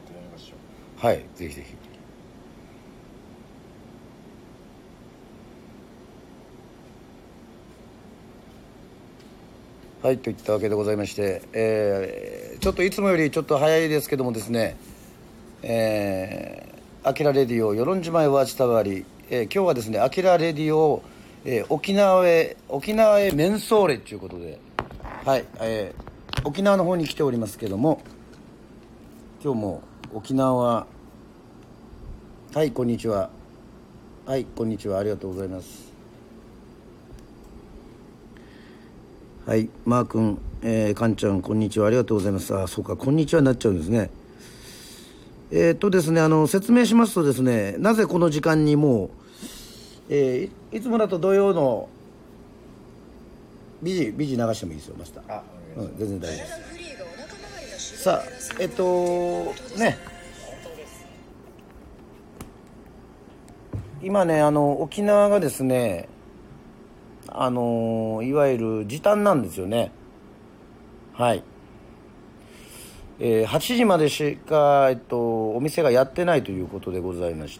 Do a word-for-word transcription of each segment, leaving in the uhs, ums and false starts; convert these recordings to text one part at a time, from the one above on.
と思いましょう。はい、ぜひぜひ。はい、といったわけでございまして、えー、ちょっといつもよりちょっと早いですけどもですね、えー、アキラレディオ与論島へワーチタワーリ、えー、今日はですねアキラレディオ、えー、沖縄へ沖縄へメンソーレということで、はい、えー、沖縄の方に来ておりますけども、今日も沖縄は、はいこんにちは、はいこんにちは、ありがとうございます。はい、マー君、えー、カンちゃんこんにちは、ありがとうございます。あ、そうか、こんにちはになっちゃうんですね。えー、っとですねあの説明しますとですね、なぜこの時間にもう、えー、いつもだと土曜のビジビジ流してもいいですよマスター。あ、うん、全然大丈夫です。さあえっとね今ねあの沖縄がですねあのいわゆる時短なんですよね。はい、えー、はちじまでしか、えっと、お店がやってないということでございまして、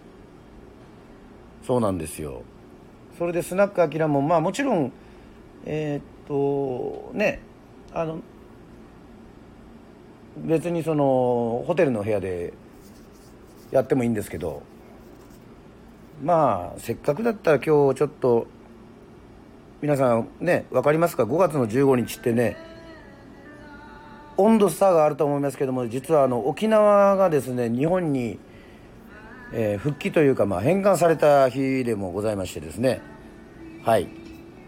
そうなんですよ。それでスナックアキラもまあもちろんえー、っとねあの別にそのホテルの部屋でやってもいいんですけど、まあせっかくだったら今日ちょっと皆さんね分かりますか、ごがつのじゅうごにちってね温度差があると思いますけども、実はあの沖縄がですね日本に、えー、復帰というか、まあ、返還された日でもございましてですね。はい、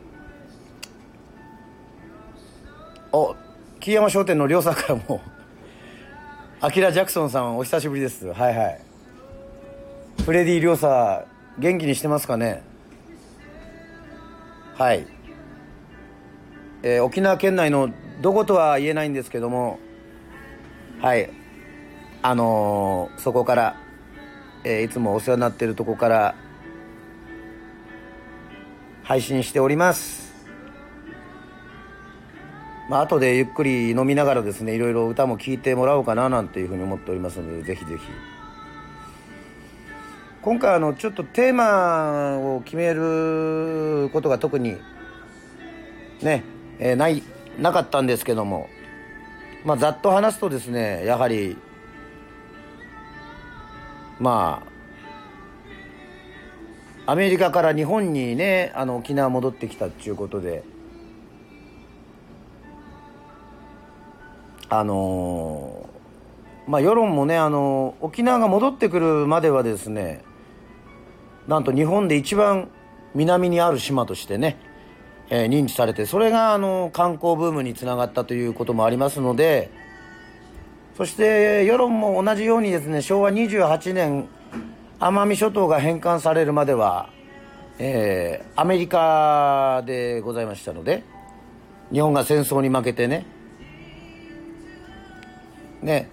お木山商店の両さんからもアキラ・ジャクソンさんお久しぶりです。はいはい、フレディ・両さん元気にしてますかね。はい、えー、沖縄県内のどことは言えないんですけども、はいあのー、そこから、えー、いつもお世話になっているとこから配信しております。まあ後でゆっくり飲みながらですねいろいろ歌も聴いてもらおうかななんていうふうに思っておりますので、ぜひぜひ。今回あのちょっとテーマを決めることが特にね、えー、ないなかったんですけども、まあざっと話すとですね、やはりまあアメリカから日本にねあの沖縄戻ってきたっていうことで、あのー、まあ世論もねあの沖縄が戻ってくるまではですね、なんと日本で一番南にある島としてね、えー、認知されて、それがあの観光ブームにつながったということもありますので、そして世論も同じようにですね、しょうわにじゅうはちねん奄美諸島が返還されるまでは、えー、アメリカでございましたので、日本が戦争に負けてねね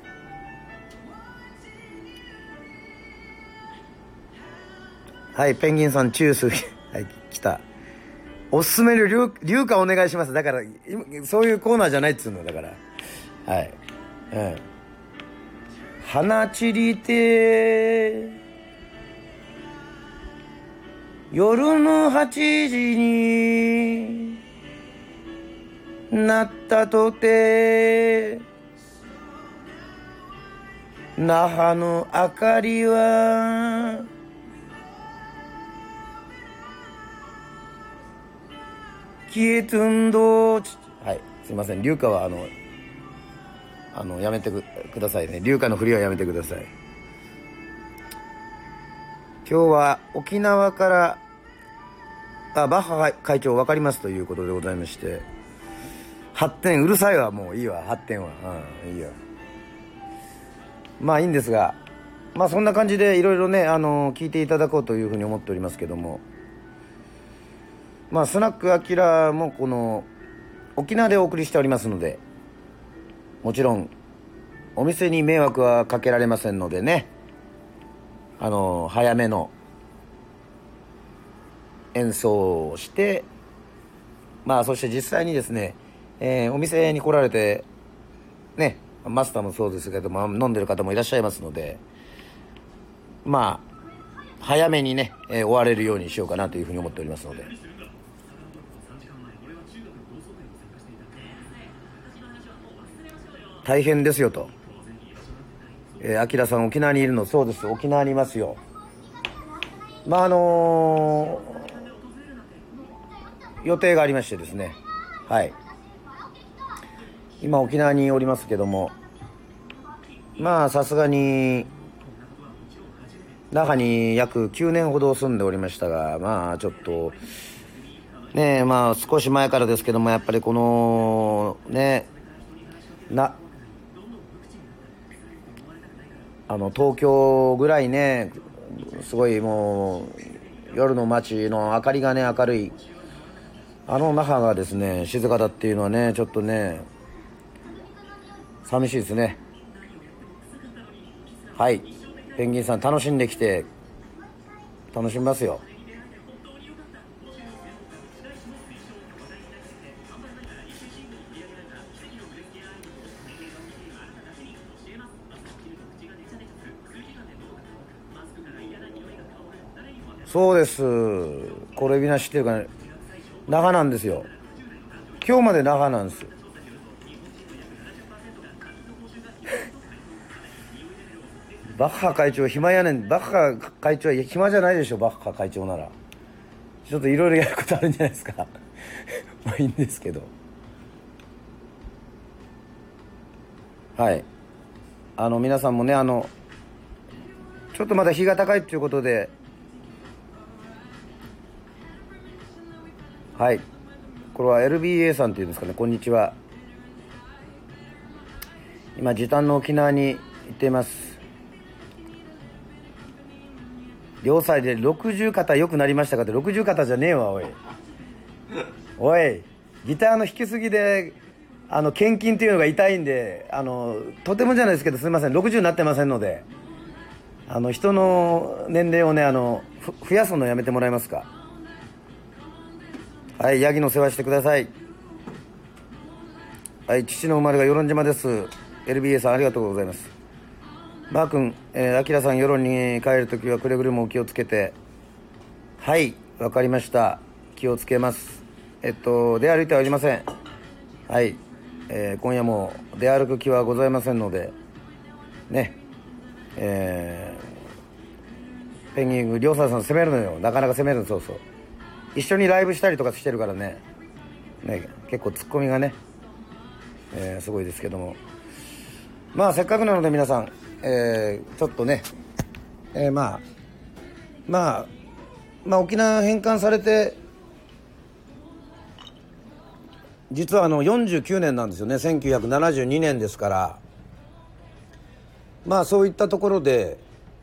はい、ペンギンさんチュースはい来た。おすすめの流流歌お願いします。だからそういうコーナーじゃないっつうのだから、はい、うん、花散りて夜のはちじになったとて、那覇の明かりは消えつんど。はい、すいません、流歌はあのあのやめて く, くださいね。流歌の振りはやめてください。今日は沖縄からあバッハ会長分かりますということでございまして、発展うるさいわ、もういいわ発展は、うん、いいよ。まあいいんですが、まあそんな感じでいろいろねあの聞いていただこうというふうに思っておりますけども、まあスナックアキラもこの沖縄でお送りしておりますので、もちろんお店に迷惑はかけられませんのでね、あの早めの演奏をして、まあそして実際にですね、えー、お店に来られてねマスターもそうですけども飲んでる方もいらっしゃいますので、まあ早めにね、えー、終われるようにしようかなというふうに思っておりますので、大変ですよと。えー、アキラさん沖縄にいるの？そうです、沖縄にいますよ。まああのー、予定がありましてですね、はい今沖縄におりますけども、まあさすがに那覇に約きゅうねんほど住んでおりましたが、まあちょっとねえ、まあ少し前からですけども、やっぱりこのねなあの東京ぐらいね、すごいもう夜の街の明かりがね明るいあの那覇がですね静かだっていうのはね、ちょっとね寂しいですね。はい、ペンギンさん楽しんできて、楽しみますよ。そうです、これみんな知ってるかね、那覇なんですよ。今日まで那覇なんですよ。バッハ会長暇やねん。バッハ会長は暇じゃないでしょ。バッハ会長ならちょっといろいろやることあるんじゃないですかまあいいんですけど、はいあの皆さんもね、あのちょっとまだ日が高いということで、はい、これは エルビーエー さんっていうんですかね。こんにちは。今時短の沖縄に行っています。両サイでろくじゅう肩良くなりましたかって、ろくじゅう肩じゃねえわおいおい、ギターの弾きすぎであの献金っていうのが痛いんで、あのとてもじゃないですけどすみません、ろくじゅうになってませんので、あの人の年齢をねあの増やすのやめてもらえますか。はい、ヤギの世話してください。はい、父の生まれが与論島です。 エルビーエー さんありがとうございます。マー君、えー、アキラさん夜に帰るときはくれぐれもお気をつけて。はい、わかりました、気をつけます。えっと出歩いてはおりません。はい、えー、今夜も出歩く気はございませんのでね。えー、ペンギングりょうさんさん攻めるのよ、なかなか攻めるの。そうそう、一緒にライブしたりとかしてるからね、ね結構ツッコミがね、えー、すごいですけども、まあせっかくなので皆さん、えー、ちょっとね、えー、まあまあまあ沖縄返還されて実はあのよんじゅうきゅうねんなんですよね。せんきゅうひゃくななじゅうにねんですから、まあそういったところで、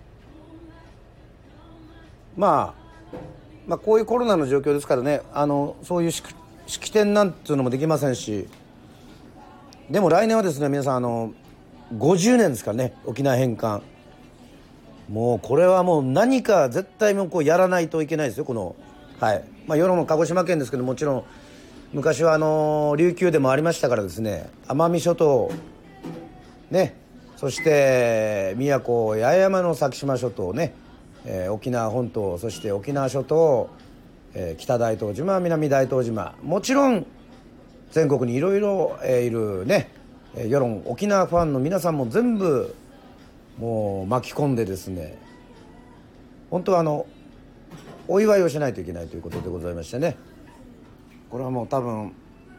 まあまあこういうコロナの状況ですからね、あのそういう式、式典なんていうのもできませんし、でも来年はですね皆さん、あのごじゅうねんですからね、沖縄返還。もうこれはもう何か絶対もうこうやらないといけないですよ。このはいまあ世論も鹿児島県ですけど、もちろん昔はあの琉球でもありましたからですね、奄美諸島ね、そして宮古八重山の先島諸島ね、えー、沖縄本島、そして沖縄諸島、えー、北大東島、南大東島、もちろん全国にいろいろいるね、えー、世論、沖縄ファンの皆さんも全部もう巻き込んでですね、本当はあのお祝いをしないといけないということでございましてね。これはもう多分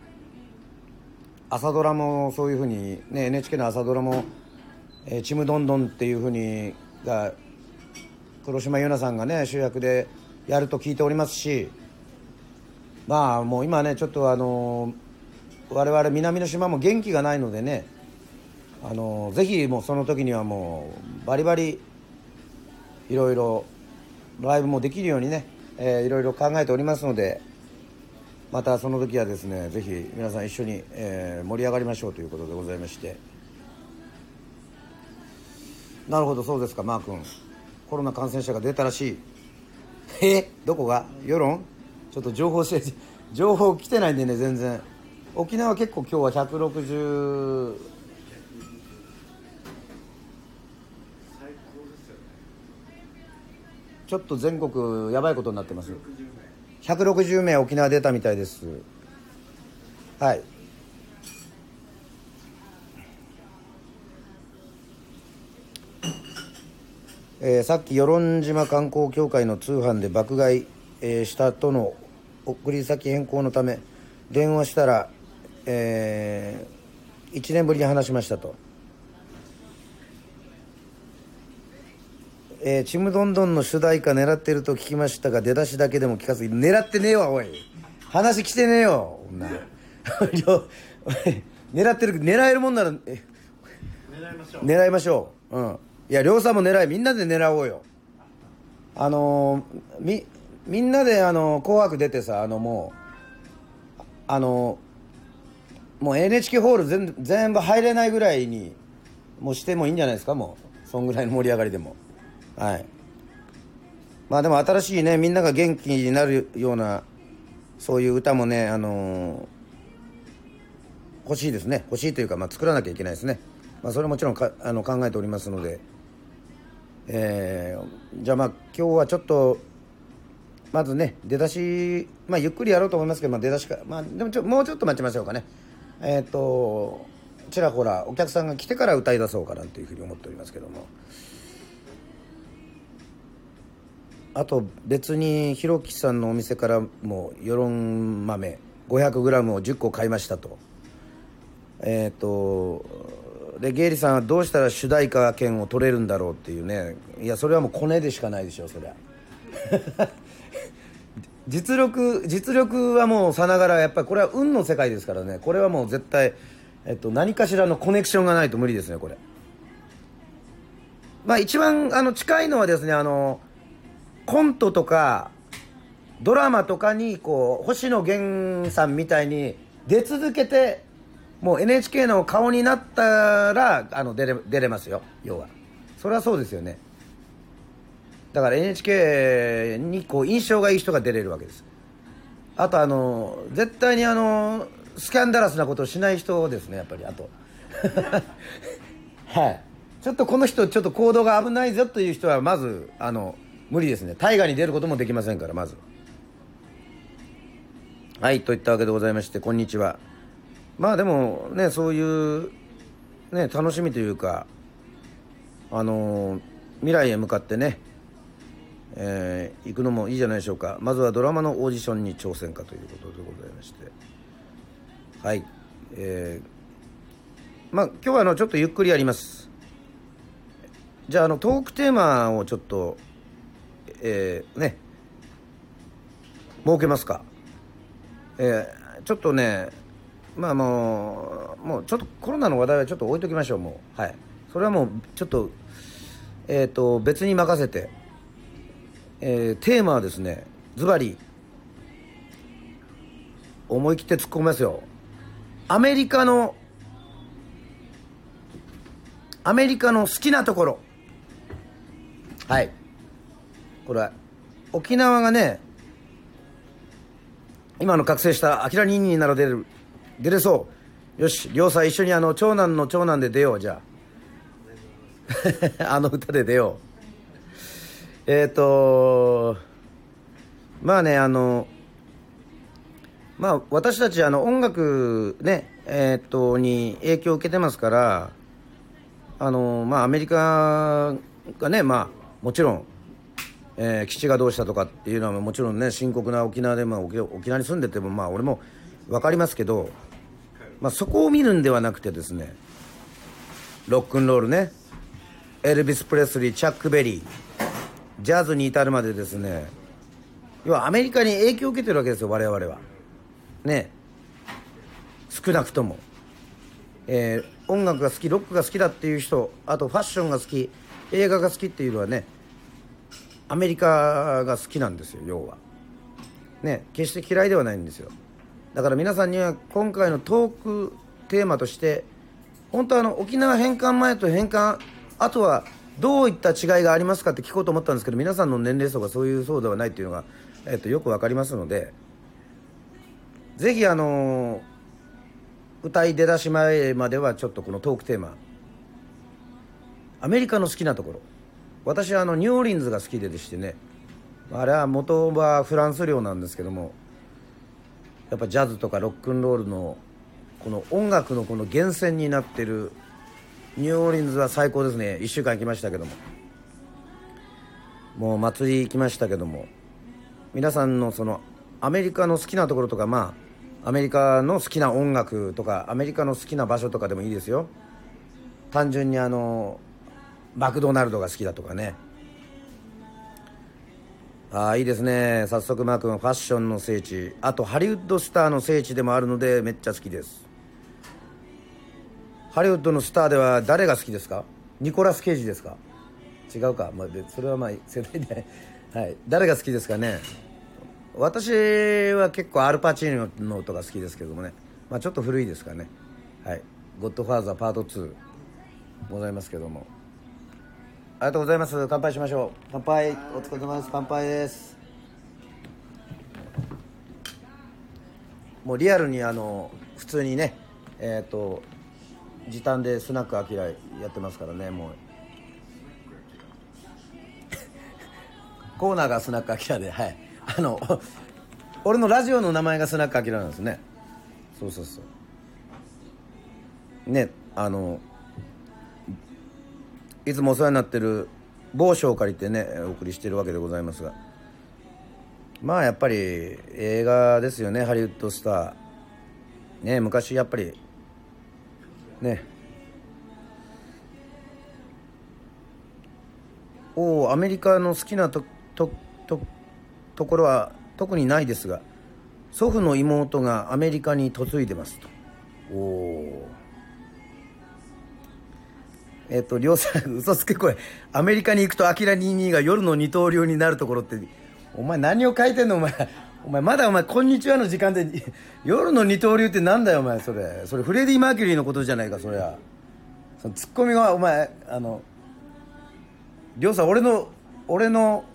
朝ドラもそういうふうにね、 エヌエイチケー の朝ドラも、えー、ちむどんどんっていうふうにが黒島結菜さんがね主役でやると聞いておりますし、まあもう今ねちょっとあのー、我々南の島も元気がないのでね、あのー、ぜひもうその時にはもうバリバリいろいろライブもできるようにね、えー、いろいろ考えておりますので、またその時はですねぜひ皆さん一緒に、えー、盛り上がりましょうということでございまして。なるほど、そうですか。マー君、コロナ感染者が出たらしい。えどこが世論ちょっと情報して情報来てないんでね全然。沖縄結構今日はひゃくろくじゅちょっと全国やばいことになってます。ひゃくろくじゅうめい沖縄出たみたいです。はい。えー、さっき与論島観光協会の通販で爆買い、えー、したとの送り先変更のため電話したら、えー、いちねんぶりに話しましたと。えー、ちむどんどんの主題歌狙ってると聞きましたが、出だしだけでも聞かず、狙ってねえわおい、話来てねえよ女狙ってる、狙えるもんなら狙いましょう狙いましょう。うん、いや亮さんも狙い、みんなで狙おうよ。あのー、みみんなであのー、紅白出てさ、あのもうあのー、もう エヌエイチケー ホール 全, 全部入れないぐらいにもうしてもいいんじゃないですか。もうそんぐらいの盛り上がりでも。はい。まあでも新しいね、みんなが元気になるようなそういう歌もね、あのー、欲しいですね。欲しいというか、まあ、作らなきゃいけないですね。まあ、それはもちろんかあの考えておりますので、えー、じゃあまあ今日はちょっとまずね出だし、まあ、ゆっくりやろうと思いますけど、まあ、出だしから、まあ、でもちょもうちょっと待ちましょうかね。えっとちらほらお客さんが来てから歌い出そうかなというふうに思っておりますけども、あと別にひろきさんのお店からも与論豆 ごひゃくグラム をじゅっこ買いましたと。えっとでゲイリさんはどうしたら主題歌権を取れるんだろうっていうね。いやそれはもうコネでしかないでしょそりゃ実力実力はもうさながら、やっぱりこれは運の世界ですからね。これはもう絶対、えっと、何かしらのコネクションがないと無理ですねこれ。まあ一番あの近いのはですね、あのコントとかドラマとかにこう星野源さんみたいに出続けて、もう エヌエイチケー の顔になったらあの出れ、出れますよ。要はそれはそうですよね。だから エヌエイチケー にこう印象がいい人が出れるわけです。あとあの絶対にあのスキャンダラスなことをしない人ですねやっぱり。あとはいちょっとこの人ちょっと行動が危ないぞという人はまずあの無理ですね。大河に出ることもできませんから。まずはいといったわけでございまして、こんにちは。まあでもね、そういうね楽しみというか、あのー、未来へ向かってね、えー、行くのもいいじゃないでしょうか。まずはドラマのオーディションに挑戦かということでございまして、はい、えー、まあ今日はあのちょっとゆっくりやります。じゃああのトークテーマをちょっとえー、ね設けますか。えー、ちょっとねまあもうもうちょっとコロナの話題はちょっと置いときましょう。もうはい、それはもうちょっとえっと別に任せて、えー、テーマはですね、ズバリ思い切って突っ込みますよ。アメリカのアメリカの好きなところ。はい、これは沖縄がね今の覚醒したアキラニンニンなら出る出れそう。よし両さん一緒にあの長男の長男で出よう。じゃああの歌で出よう。えっ、ー、とまあねあのまあ私たちあの音楽ねえっ、ー、とに影響を受けてますから、あのまあアメリカがねまあもちろん、えー、基地がどうしたとかっていうのはもちろんね深刻な沖縄でも沖縄に住んでてもまあ俺も分かりますけど、まあ、そこを見るんではなくてですね、ロックンロールね、エルビス・プレスリー、チャック・ベリー、ジャズに至るまでですね、要はアメリカに影響を受けてるわけですよ我々はね。少なくとも、えー、音楽が好き、ロックが好きだっていう人、あとファッションが好き、映画が好きっていうのはねアメリカが好きなんですよ要はね。決して嫌いではないんですよ。だから皆さんには今回のトークテーマとして本当はあの沖縄返還前と返還あとはどういった違いがありますかって聞こうと思ったんですけど、皆さんの年齢層がそういうそうではないっていうのが、えっと、よくわかりますので、ぜひあの歌い出だし前まではちょっとこのトークテーマ、アメリカの好きなところ。私はあのニューオーリンズが好きででしてね、 あれは元はフランス領なんですけども、やっぱジャズとかロックンロールのこの音楽のこの源泉になってるニューオーリンズは最高ですね。いっしゅうかん行きましたけども、もう祭り行きましたけども、皆さんのそのアメリカの好きなところとか、まあアメリカの好きな音楽とかアメリカの好きな場所とかでもいいですよ。単純にあのマクドナルドが好きだとかね。ああいいですね。早速マー君、ファッションの聖地、あとハリウッドスターの聖地でもあるのでめっちゃ好きです。ハリウッドのスターでは誰が好きですか？ニコラス・ケイジですか？違うか、まあ、それはまあ世代ではい、誰が好きですかね。私は結構アルパチーノの音が好きですけどもね、まあ、ちょっと古いですかね。はい、ゴッドファーザーパートツーございますけども、ありがとうございます。乾杯しましょう。乾杯。お疲れ様です。乾杯です。もうリアルにあの普通にね、えっ、ー、と時短でスナックアキラやってますからね。もうコーナーがスナックアキラで、はい、あの俺のラジオの名前がスナックアキラなんですね。そうそうそうね。あのいつもお世話になってる某所を借りてねお送りしてるわけでございますが、まあやっぱり映画ですよね。ハリウッドスターね。昔やっぱりね、おアメリカの好きなとととところは特にないですが、祖父の妹がアメリカに嫁いでますと。おおえっと、りょうさん、嘘つけこれ。アメリカに行くとアキラにじゅうにが夜の二刀流になるところって、お前何を書いてんのお前。お前まだお前、こんにちはの時間で、夜の二刀流ってなんだよお前、それ。それフレディ・マーキュリーのことじゃないか、そりゃ。そのツッコミは、お前、あの、りょうさん、俺の、俺の、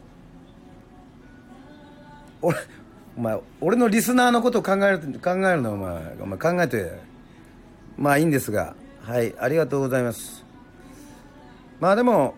俺、お前、俺のリスナーのことを考える、考えるのお前、お前考えて。まあいいんですが、はい、ありがとうございます。まあでも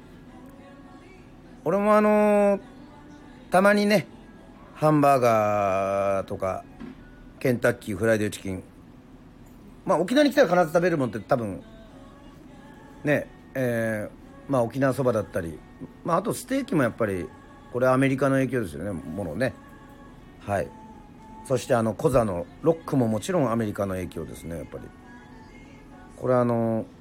俺もあのー、たまにねハンバーガーとかケンタッキーフライドチキン、まあ沖縄に来たら必ず食べるもんって多分ね、えー、まあ沖縄そばだったり、まああとステーキもやっぱりこれアメリカの影響ですよね、ものね。はい。そしてあのコザのロックももちろんアメリカの影響ですね、やっぱり。これあのー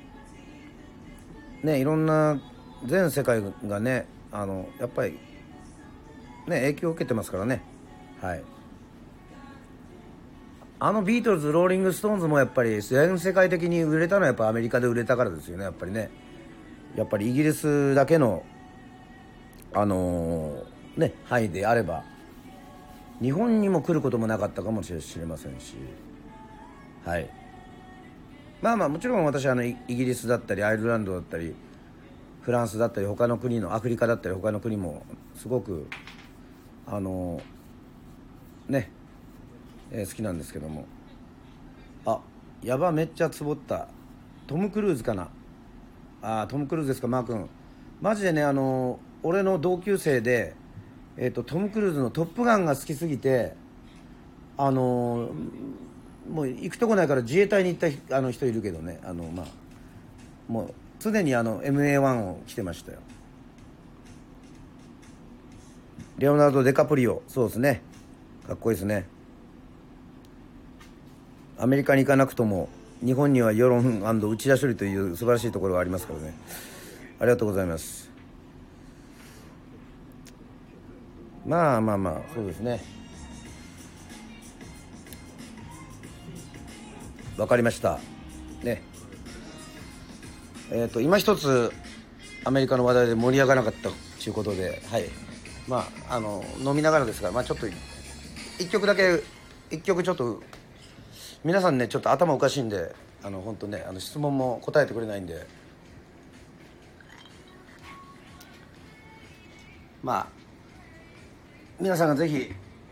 ね、いろんな全世界がね、あのやっぱりね影響を受けてますからね。はい。あのビートルズ、ローリングストーンズもやっぱり全世界的に売れたのはやっぱアメリカで売れたからですよね、やっぱりね。やっぱりイギリスだけのあのー、ね範囲であれば日本にも来ることもなかったかもしれませんし、はい。まあまあもちろん私はあのイギリスだったりアイルランドだったりフランスだったり他の国のアフリカだったり他の国もすごくあのね、えー、好きなんですけども、あやばめっちゃつぼった。トム・クルーズかな。あトム・クルーズですか。マー君マジでね、あの俺の同級生で、えー、とトム・クルーズのトップガンが好きすぎて、あのもう行くとこないから自衛隊に行ったあの人いるけどね、あのまあもう常にあの エムエーワン を着てましたよ。レオナルド・デカプリオ、そうですね、かっこいいですね。アメリカに行かなくとも日本には世論内田処理という素晴らしいところがありますからね。ありがとうございます。まあまあまあそうですね、わかりましたね。えっ、ー、と今一つアメリカの話題で盛り上がらなかったということで、はい。まああの飲みながらですが、まあちょっと一曲だけ一曲ちょっと皆さんねちょっと頭おかしいんで、あの本当ねあの質問も答えてくれないんで、まあ皆さんがぜひ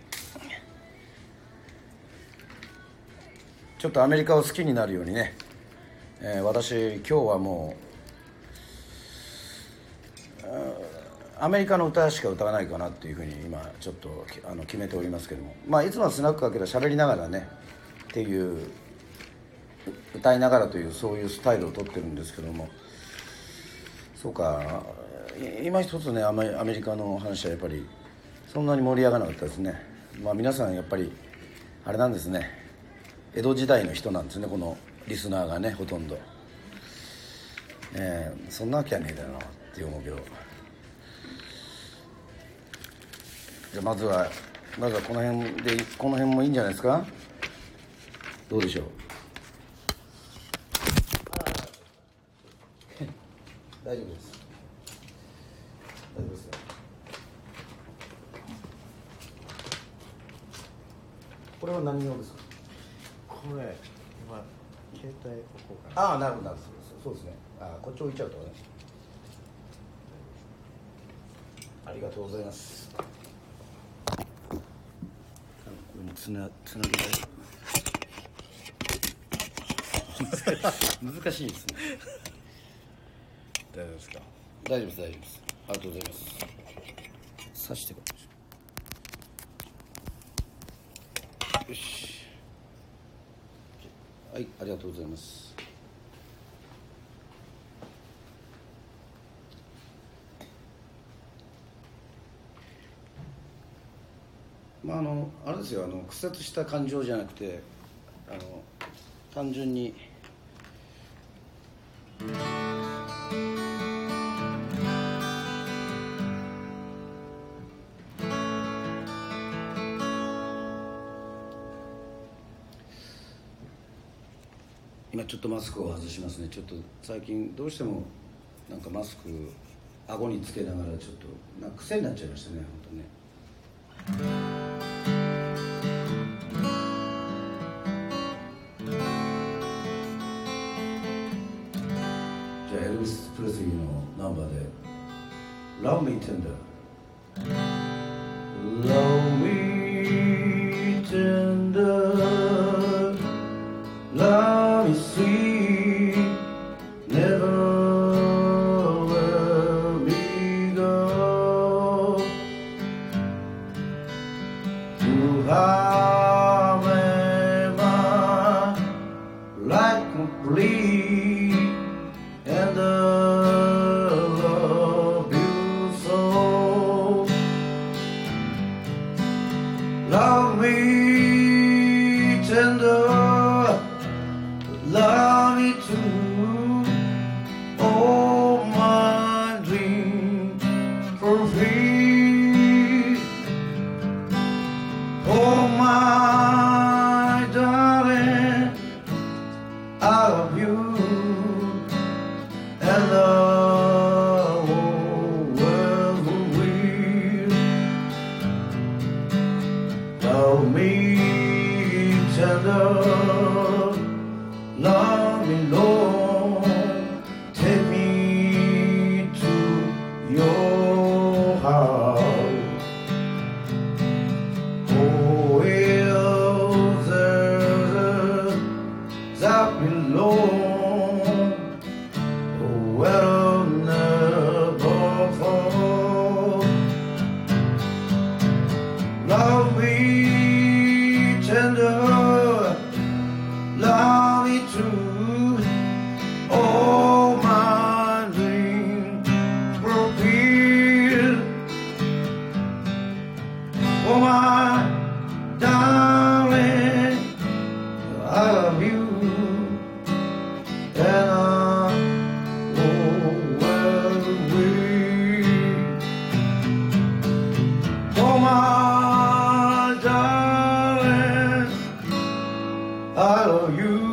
ちょっとアメリカを好きになるようにね、えー、私今日はもうアメリカの歌しか歌わないかなっていうふうに今ちょっとあの決めておりますけども、まあいつもはスナックかけら喋りながらねっていう歌いながらというそういうスタイルをとってるんですけども、そうか今一つねアメ、アメリカの話はやっぱりそんなに盛り上がらなかったですね。まあ皆さんやっぱりあれなんですね、江戸時代の人なんですね、このリスナーがねほとんど、えー、そんなわけはねえだよなって思うけど、じゃあまずはまずはこの辺でこの辺もいいんじゃないですか。どうでしょう。大丈夫です。大丈夫ですよ。これは何用ですか。 これ今携帯置こうかな。 ああ、なるほどなるほど、そうですね。ああ、こっち置いちゃうとね。ありがとうございます。これもつなつなげたい。難しいですね。 大丈夫ですか。 大丈夫です大丈夫です。ありがとうございます。刺してください。よし。はい、ありがとうございます。まああのあれですよ、あの屈折した感情じゃなくて、あの単純に今ちょっとマスクを外しますね。ちょっと最近どうしてもなんかマスク顎につけながらちょっとなんか癖になっちゃいましたね、本当ね。じゃあエルビス・プレスリーのナンバーで Love Me Tender Love me tender Love me sweet Never let me go To have my life complete And I love you so Love me tender Love me true Oh my dream fulfilled Oh my darling I love you And the whole world will Love me tender Love me long Take me to your house Oh, hills that belong Oh, where never fall Love me tender Love me true Oh, my dream fulfilled Oh, my darling I love you And I always will Oh, my darling I love you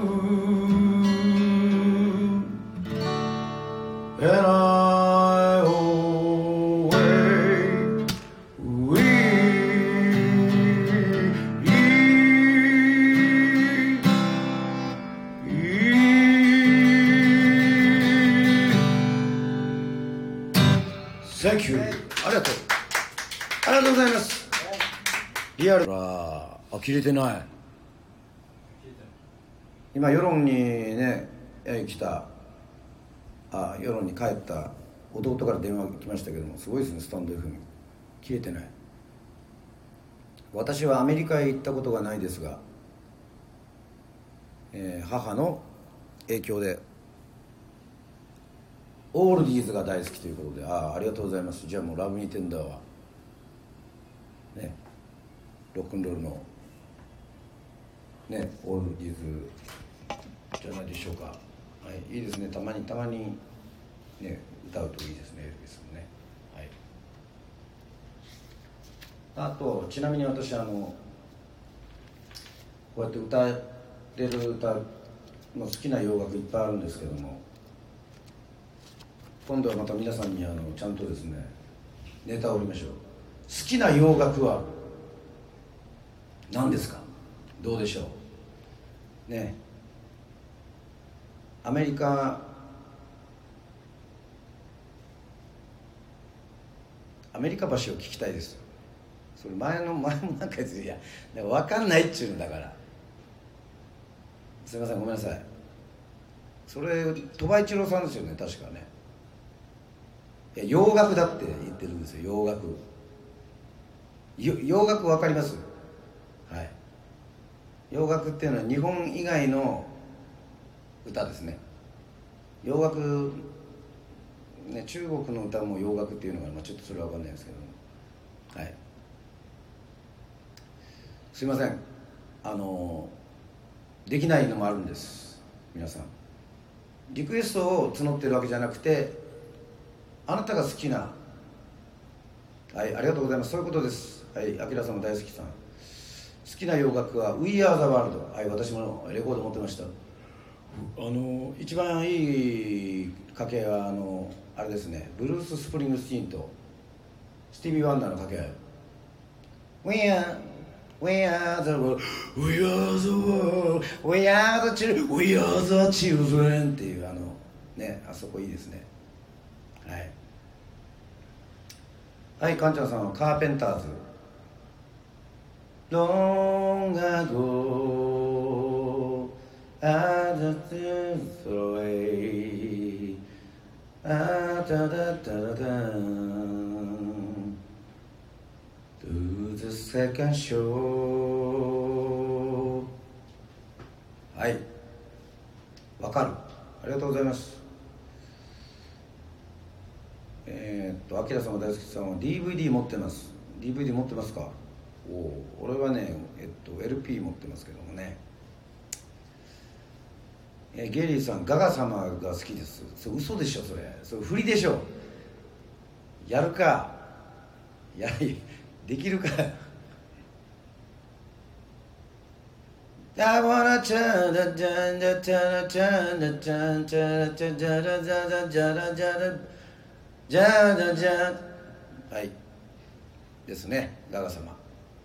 And I always will Thank you ありがとうありがとうございますリアルああ切れてない今世論にね来たあ世論に帰った弟から電話来ましたけども、すごいですね、スタンド エフエム 切れてない。私はアメリカへ行ったことがないですが、えー、母の影響でオールディーズが大好きということで、ああ、ありがとうございます。じゃあもうラブミーテンダーはね、ロックンロールのね、オールディーズじゃないでしょうか。はい、いいですね。たまにたまにね、歌うといいですね、エルヴィスもね。はい。あとちなみに私、あのこうやって歌れる歌の好きな洋楽いっぱいあるんですけども、今度はまた皆さんにあのちゃんとですね、ネタを折りましょう。好きな洋楽は何ですか？どうでしょうね。アメリカアメリカ橋を聞きたいです。それ前の前もなんかいや分かんないっちゅうんだから、すいません、ごめんなさい。それ鳥羽一郎さんですよね、確かね。いや洋楽だって言ってるんですよ。洋楽よ洋楽分かります？はい。洋楽っていうのは日本以外の歌ですね。洋楽ね、中国の歌も洋楽っていうのが、まあ、ちょっとそれは分かんないですけども、はい、すいません、あのできないのもあるんです。皆さんリクエストを募ってるわけじゃなくて、あなたが好きな、はい、ありがとうございます。そういうことです。はい、あきらさんも大好きさん、好きな洋楽は We Are the World。 はい、私もレコード持ってました。あの一番いい掛け合いはあのあれですね、ブルース・スプリングスティーンとスティービー・ワンダーの掛け合い。 We are We are the world We are the world We are the children We are the children っていうあのね、あそこいいですね。はいはい、かんちゃんさんはカーペンターズ Long ago I just throw away Ah da da da da da To the second show。 はい、わかる、ありがとうございます。えー、っとあきらさんは大好きさんは ディーブイディー 持ってます。 ディーブイディー 持ってますか？おお、俺はね、えっと エルピー 持ってますけどもね。えー、ゲリーさん、ガガ様が好きです。それ嘘でしょ、それそれ振りでしょ。やるか、やできるか。I wanna turn the turn the turn the turn the turn the turn the turn the はいですね、ガガ様。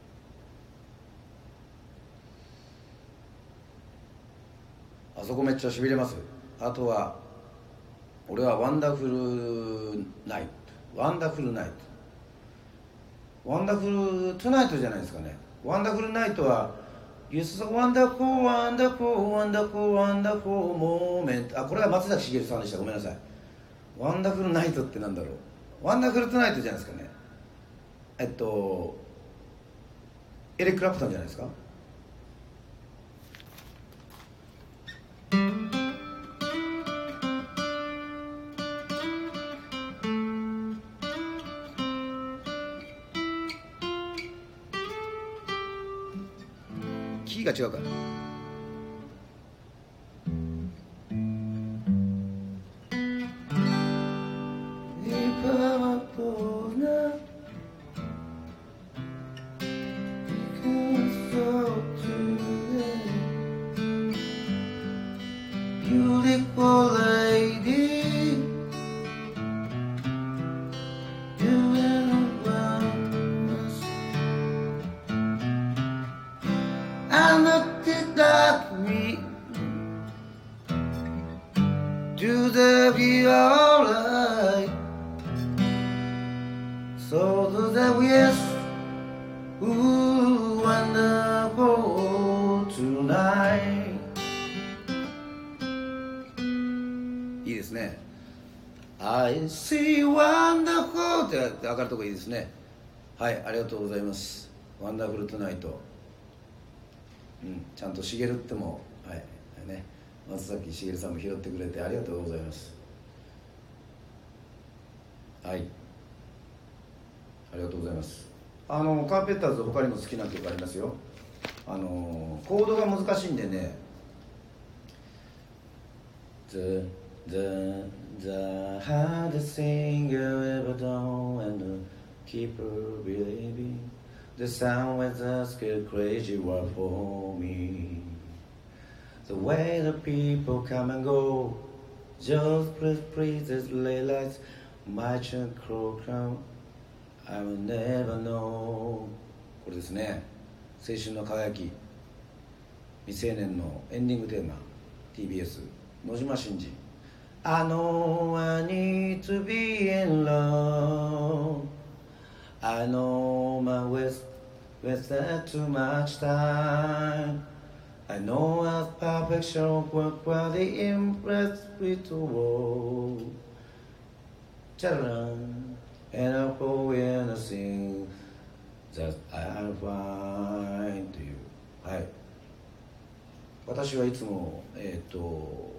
あそこめっちゃしびれます。あとは俺はワンダフルナイト、ワンダフルナイト、ワンダフルトゥナイトじゃないですかね。ワンダフルナイトは You're so wonderful, wonderful, wonderful, wonderful moment。 あ、これは松崎しげるさんでした。ごめんなさい。ワンダフルナイトってなんだろう。ワンダフルトゥナイトじゃないですかね。えっとエレック・クラプトンじゃないですか。キーが違うから。Beautiful lady, you I looked at me to the view alright. So do the yes, ooh, wonderful tonight. いいですね。 I see wonderful って上がるとこいいですね。はい、ありがとうございます。ワンダフルトゥナイト、うん、ちゃんとしげるっても、はいね、松崎しげるさんも拾ってくれてありがとうございます。はい、ありがとうございます。あのカーペッターズ他にも好きな曲ありますよ。あのコードが難しいんでね、 The, the, the hardest thing you ever done and keep her believing the sound was just a crazy word for me, the way the people come and go, just please please as late lights march and crow crown I will never know。 これですね、青春の輝き、未成年のエンディングテーマ、 ティービーエス 野島伸司。 I know I need to be in love, I know my waist wasted too much time, I know as perfection work for the impressed with the world, チャララン and I'll go and I sing that I'll find という、はい、私はいつもえっ、ー、と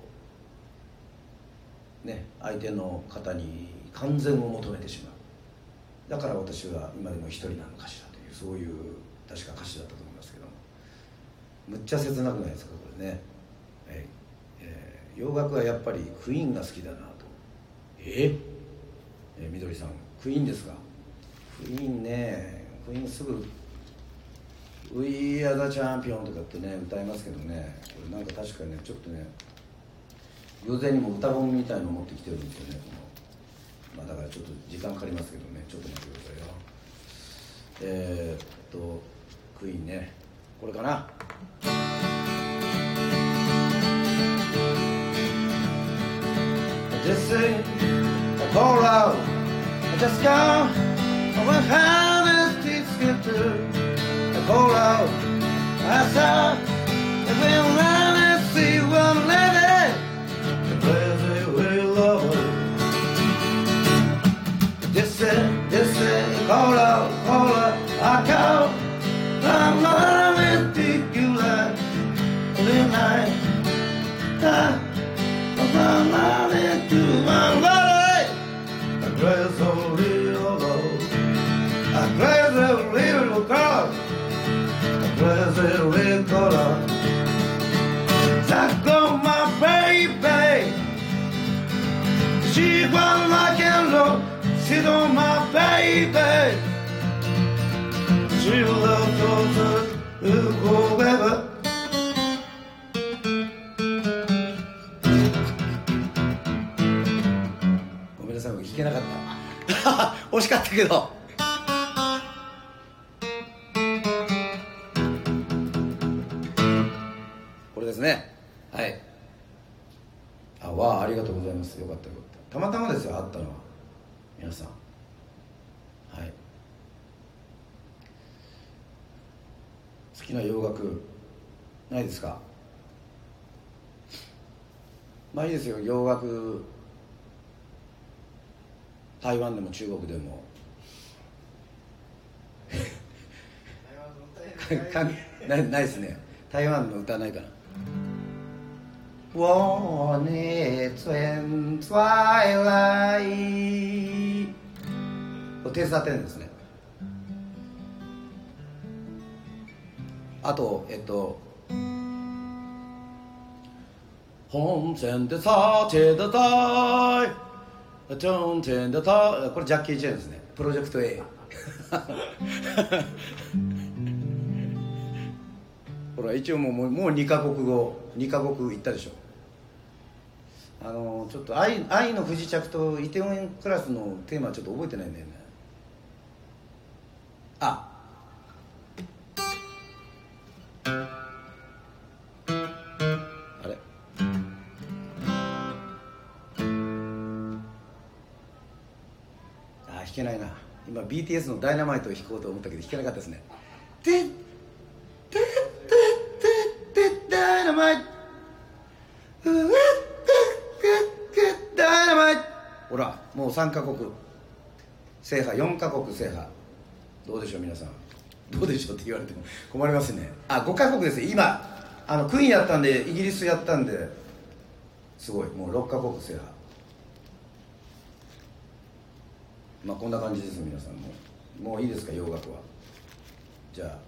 ね、相手の方に完全を求めてしまう、だから私は今でも一人なのかしらという、そういう確か歌詞だったと思いますけども、むっちゃ切なくないですかこれね、はいえー、洋楽はやっぱりクイーンが好きだなと。えーえー、みどりさんクイーンですか。クイーンね、クイーンすぐ「We are the champion」とかってね歌いますけどね、これなんか確かにねちょっとね偶然にも歌本みたいのを持ってきてるんですよね、この、まあ、だからちょっと時間かかりますけどね、ちょっと待ってくださいよ。えー、っとクイーンね、これかな。Just say I call out, I just go when hardest it's get to I call out, I saw the real love is see one lady, the crazy real love. Just say, just say I call out, call out, I call I'm loving particular every night. I'm loving to my body. I dress a little low. I dress a little girl. I dress a little color. I got my baby. She was like a low. She's on my baby. She loves us whoever.弾けなかった惜しかったけどこれですね。はい、あわあ、ありがとうございます。よかったよかった。たまたまですよ会ったのは皆さん。はい、好きな洋楽ないですか。まあいいですよ、洋楽。台湾でも中国でもないないですね。台湾の歌ないかな。我呢存在来これテーザーテンですね。あとえっと本前でさてだたいこれジャッキー・チェンですね。プロジェクト A ほら一応もうもうにカ国語にカ国行ったでしょ。あのちょっと愛「愛の不時着」とイテウォンクラスのテーマはちょっと覚えてないんだよね。ああれ弾けないな。今 ビーティーエス のダイナマイトを弾こうと思ったけど弾けなかったですね。でででででダイナマイトダイナマイトほらもうさんカ国制覇、よんカ国制覇、どうでしょう皆さん、どうでしょうって言われても困りますね。あ、ごカ国です。今あのクイーンやったんで、イギリスやったんで、すごい、もうろっカ国制覇。まあこんな感じです。皆さんももういいですか、洋楽は。じゃあ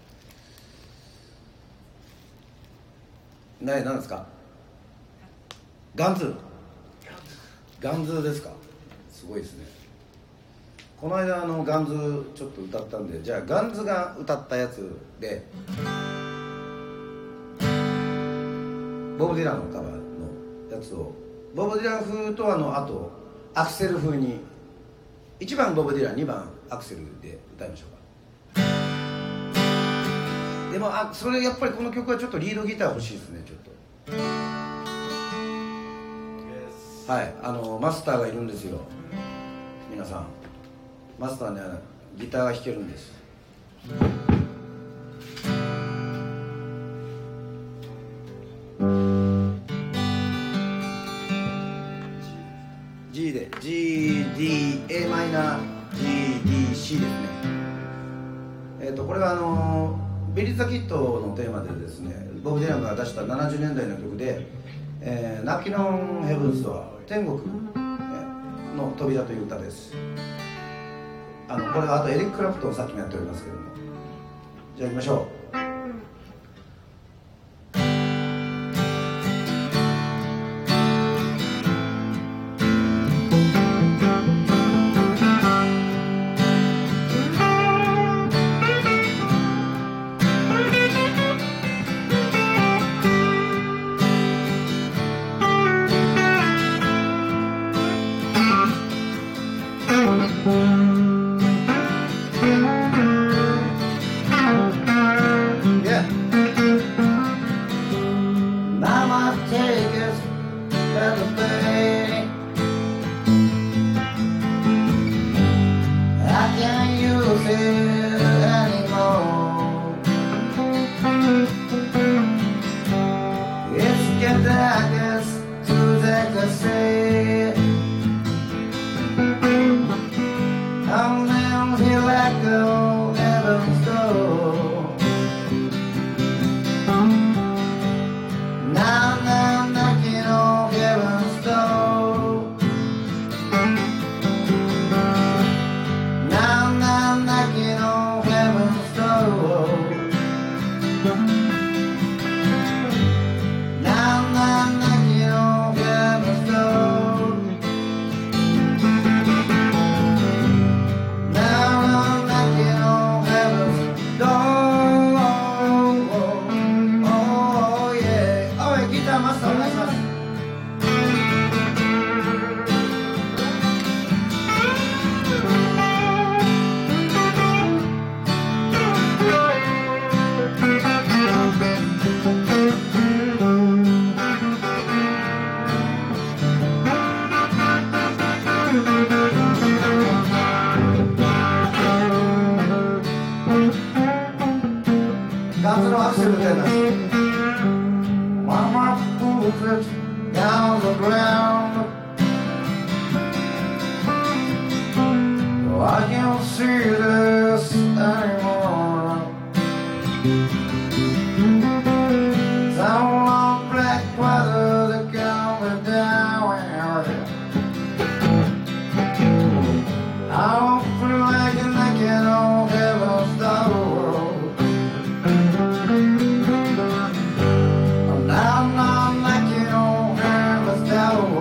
な何ですか、ガンズガンズですか、すごいですね。この間あのガンズちょっと歌ったんで、じゃあガンズが歌ったやつでボブ・ディランのカバーのやつを、ボブ・ディラン風とあのあとアクセル風に、いちばんボブ・ディラン、にばんアクセルで歌いましょうか。でもあそれやっぱりこの曲はちょっとリードギター欲しいですね。ちょっとはい、あのマスターがいるんですよ皆さん。マスターにはギターが弾けるんです。G で ジーディーエー マイナー ジーディーシー ですね。えっ、ー、とこれはあのビリー・ザ・キッドのテーマでですね、ボブ・ディランが出したななじゅうねんだいの曲で、えー、ナッキン・オン・ヘブンズとは天国の扉という歌です。あのこれはあとエリック・クラプトンさっきもやっておりますけども、じゃあ行きましょう。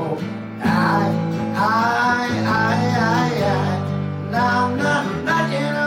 I, I, I, I, now I'm not knocking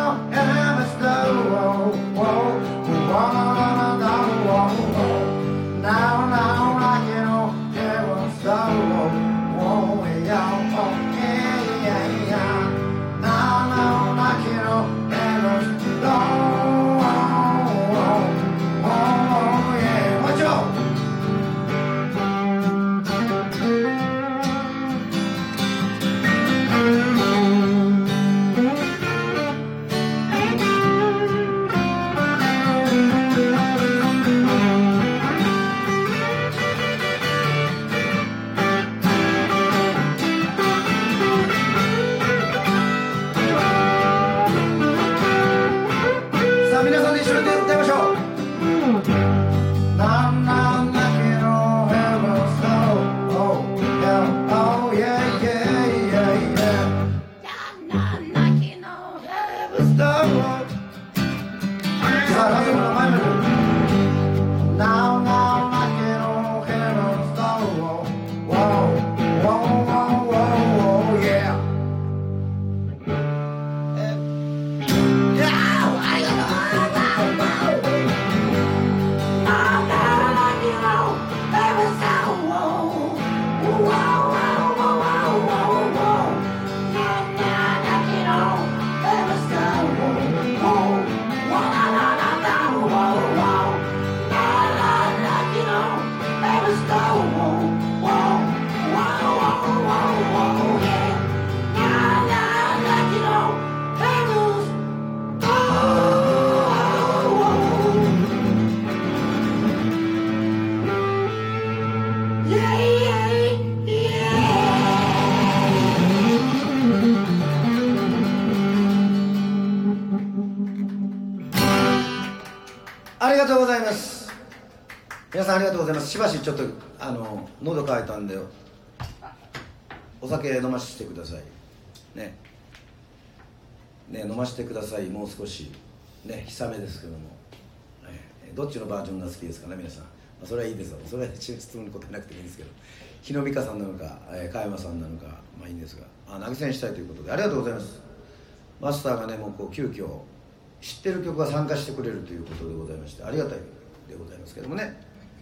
がとうございます。皆さんありがとうございます。しばしちょっとあの喉乾いたんでお酒飲ましてくださいね。ね、飲ましてください。もう少しね、久めですけども、えー、どっちのバージョンが好きですかね皆さん。まあ、それはいいですよ。それは質問に答えなくてもいいんですけど、日野美香さんなのか、えー、加山さんなのか、まあいいんですが、あ、投げ銭したいということでありがとうございます。マスターがね、もうこう急遽知ってる曲が参加してくれるということでございまして、ありがたいでございますけどもね。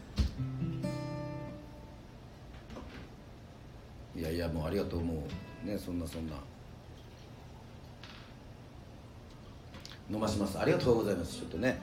いやいや、もうありがとう。もうね、そんなそんな飲まします。ありがとうございます。ちょっとね、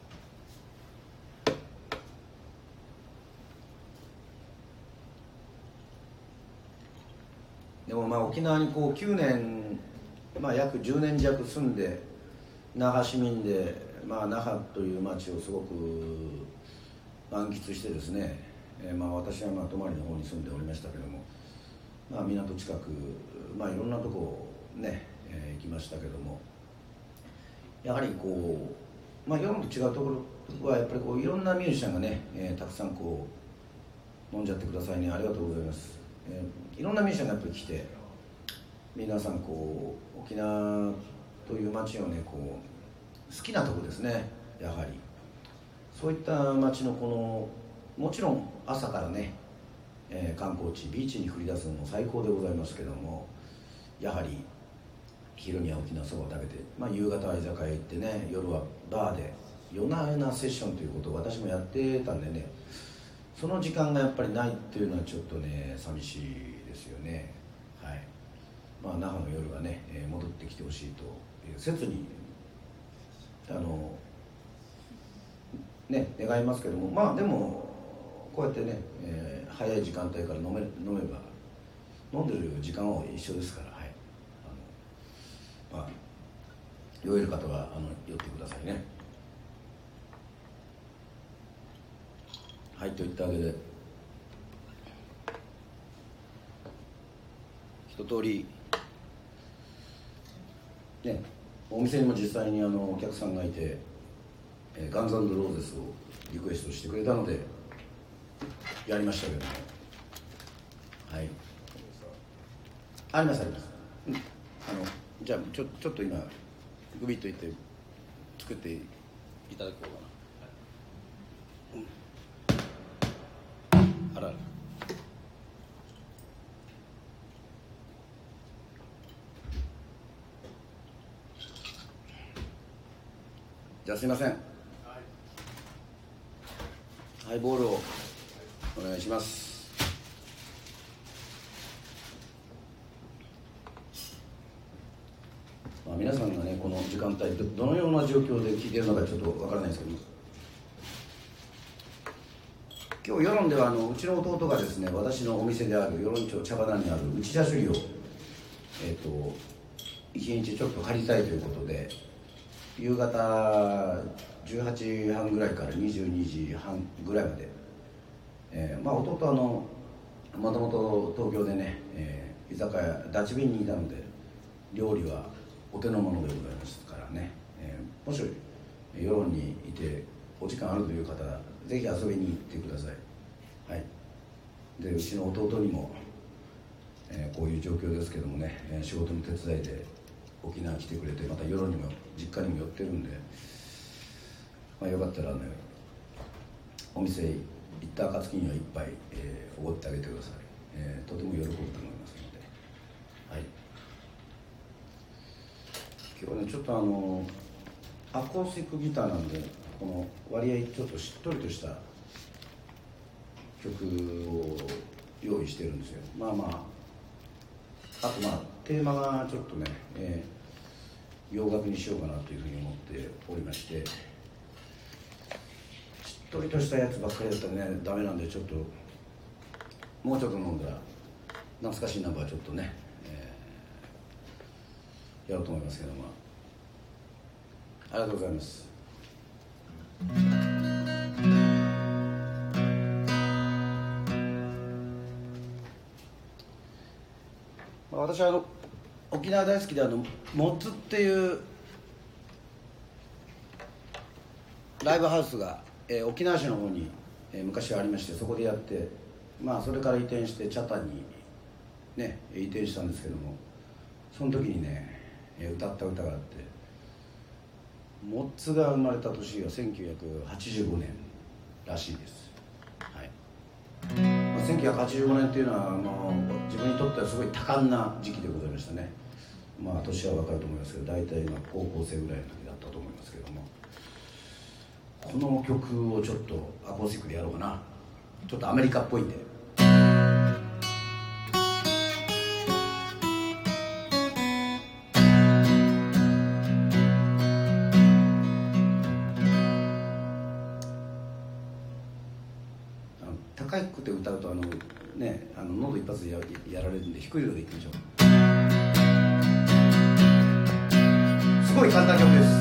でもまあ沖縄にこうきゅうねん、まあ約じゅうねん弱住んで、那覇市民で、まあ、那覇という町をすごく満喫してですね、えー、まあ私はまあ泊まりの方に住んでおりましたけども、まあ、港近く、まあ、いろんなとこね、えー、行きましたけども、やはりこう、まあ、世論と違うところはやっぱりこういろんなミュージシャンがね、えー、たくさんこう飲んじゃってくださいね、ありがとうございます。えー、いろんなミュージシャンがやっぱり来て、皆さんこう沖縄という街をねこう好きなとこですね。やはりそういった街のこの、もちろん朝からね、えー、観光地ビーチに繰り出すのも最高でございますけども、やはり昼には沖縄そばを食べて、まあ、夕方は居酒屋行ってね、夜はバーで夜な夜なセッションということを私もやってたんでね、その時間がやっぱりないっていうのはちょっとね寂しいですよね。はい。まあ、那覇の夜はね、えー、戻ってきてほしいという切にあのね願いますけども、まあでもこうやってね、えー、早い時間帯から飲め飲めば飲んでる時間は一緒ですから、はい、あのまあ酔える方はあの酔ってくださいね。はい、といったわけで一通りね、お店にも実際にあのお客さんがいて、えー、ガンズ&ローゼスをリクエストしてくれたのでやりましたけども、はい、ありますあります、うん、あのじゃあちょちょっと今グビッといって作っていただこうかな、うん、あらら、じゃあすいません、はい、ハイボールをお願いします。まあ、皆さんがねこの時間帯どのような状況で聞いているのかちょっとわからないですけど、今日世論ではあのうちの弟がですね、私のお店である与論町茶花にある内田首里をえっ、ー、と一日ちょっと借りたいということで、夕方じゅうはちじはんぐらいからにじゅうにじはんぐらいまで、えー、まあ弟はあのもともと東京でね、えー、居酒屋ダチビンにいたので料理はお手の物でございますからね、えー、もし世論にいてお時間あるという方はぜひ遊びに行ってください。はい。でうちの弟にも、えー、こういう状況ですけどもね、えー、仕事の手伝いで沖縄来てくれて、また世論にも実家にも寄ってるんで、まあ、よかったらねお店行った暁には一杯おご、えー、ってあげてください、えー、とても喜ぶと思いますので、はい。今日はねちょっとあのアコースティックギターなんでこの割合ちょっとしっとりとした曲を用意してるんですよ。まあまああとまあテーマがちょっとね、えー、洋楽にしようかなというふうに思っておりまして、しっとりとしたやつばっかりだったらねダメなんで、ちょっともうちょっと飲んだら懐かしいナンバーちょっとね、えー、やろうと思いますけども、ありがとうございます。私はあの沖縄大好きで、あのモッツっていうライブハウスが、えー、沖縄市の方に、えー、昔はありまして、そこでやって、まあそれから移転して北谷にね移転したんですけども、その時にね、えー、歌った歌があって、モッツが生まれた年がせんきゅうひゃくはちじゅうごねんらしいです。はい。まあ、せんきゅうひゃくはちじゅうごねんっていうのは、あの自分にとってはすごい多感な時期でございましたね。まあ年は分かると思いますけど、大体今高校生ぐらいの時だったと思いますけども、この曲をちょっとアコースティックでやろうかな。ちょっとアメリカっぽいんで。高くて歌うとあのね、あの喉一発で や, やられるんで、低いのでいきましょう。すごい簡単な曲です。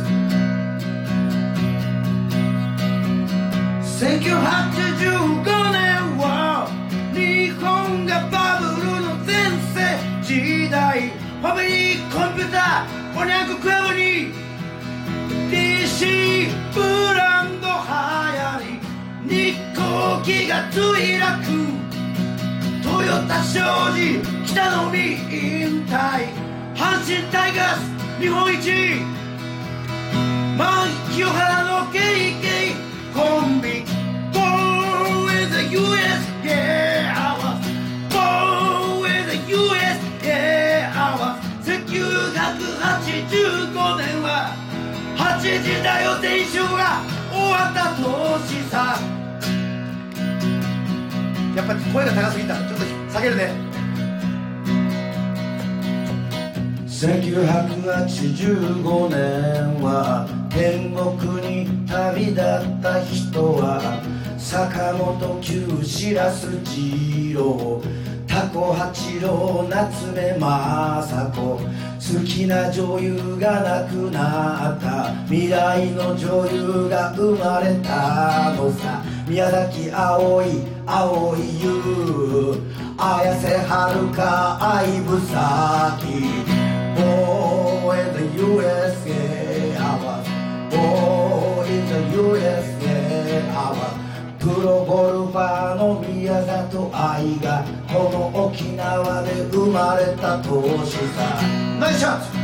せんきゅうひゃくはちじゅうごねんは日本がバブルの全盛時代、ファミリーコンピューターおにゃくクラブに ディーシー ブランド流行り、日航機が墜落、トヨタ商事北の海引退、阪神タイガース日本一、満清原の ケーケー コンビ、 Born in the ユーエス、 yeah I was Born in the ユーエス、 yeah I was。 せんきゅうひゃくはちじゅうごねんははちじだよ全集が終わった年さ。やっぱり声が高すぎた、ちょっと下げるね。せんきゅうひゃくはちじゅうごねんは天国に旅立った人は坂本九白洲二郎、タコ八郎、夏目雅子、好きな女優が亡くなった、未来の女優が生まれたのさ。宮崎あおい、蒼井優、綾瀬はるか、相武咲、Born in the ユーエスエー I was Born in the ユーエスエー I was。 プロゴルファーの宮里藍がこの沖縄で生まれた年さ。ナイスショット。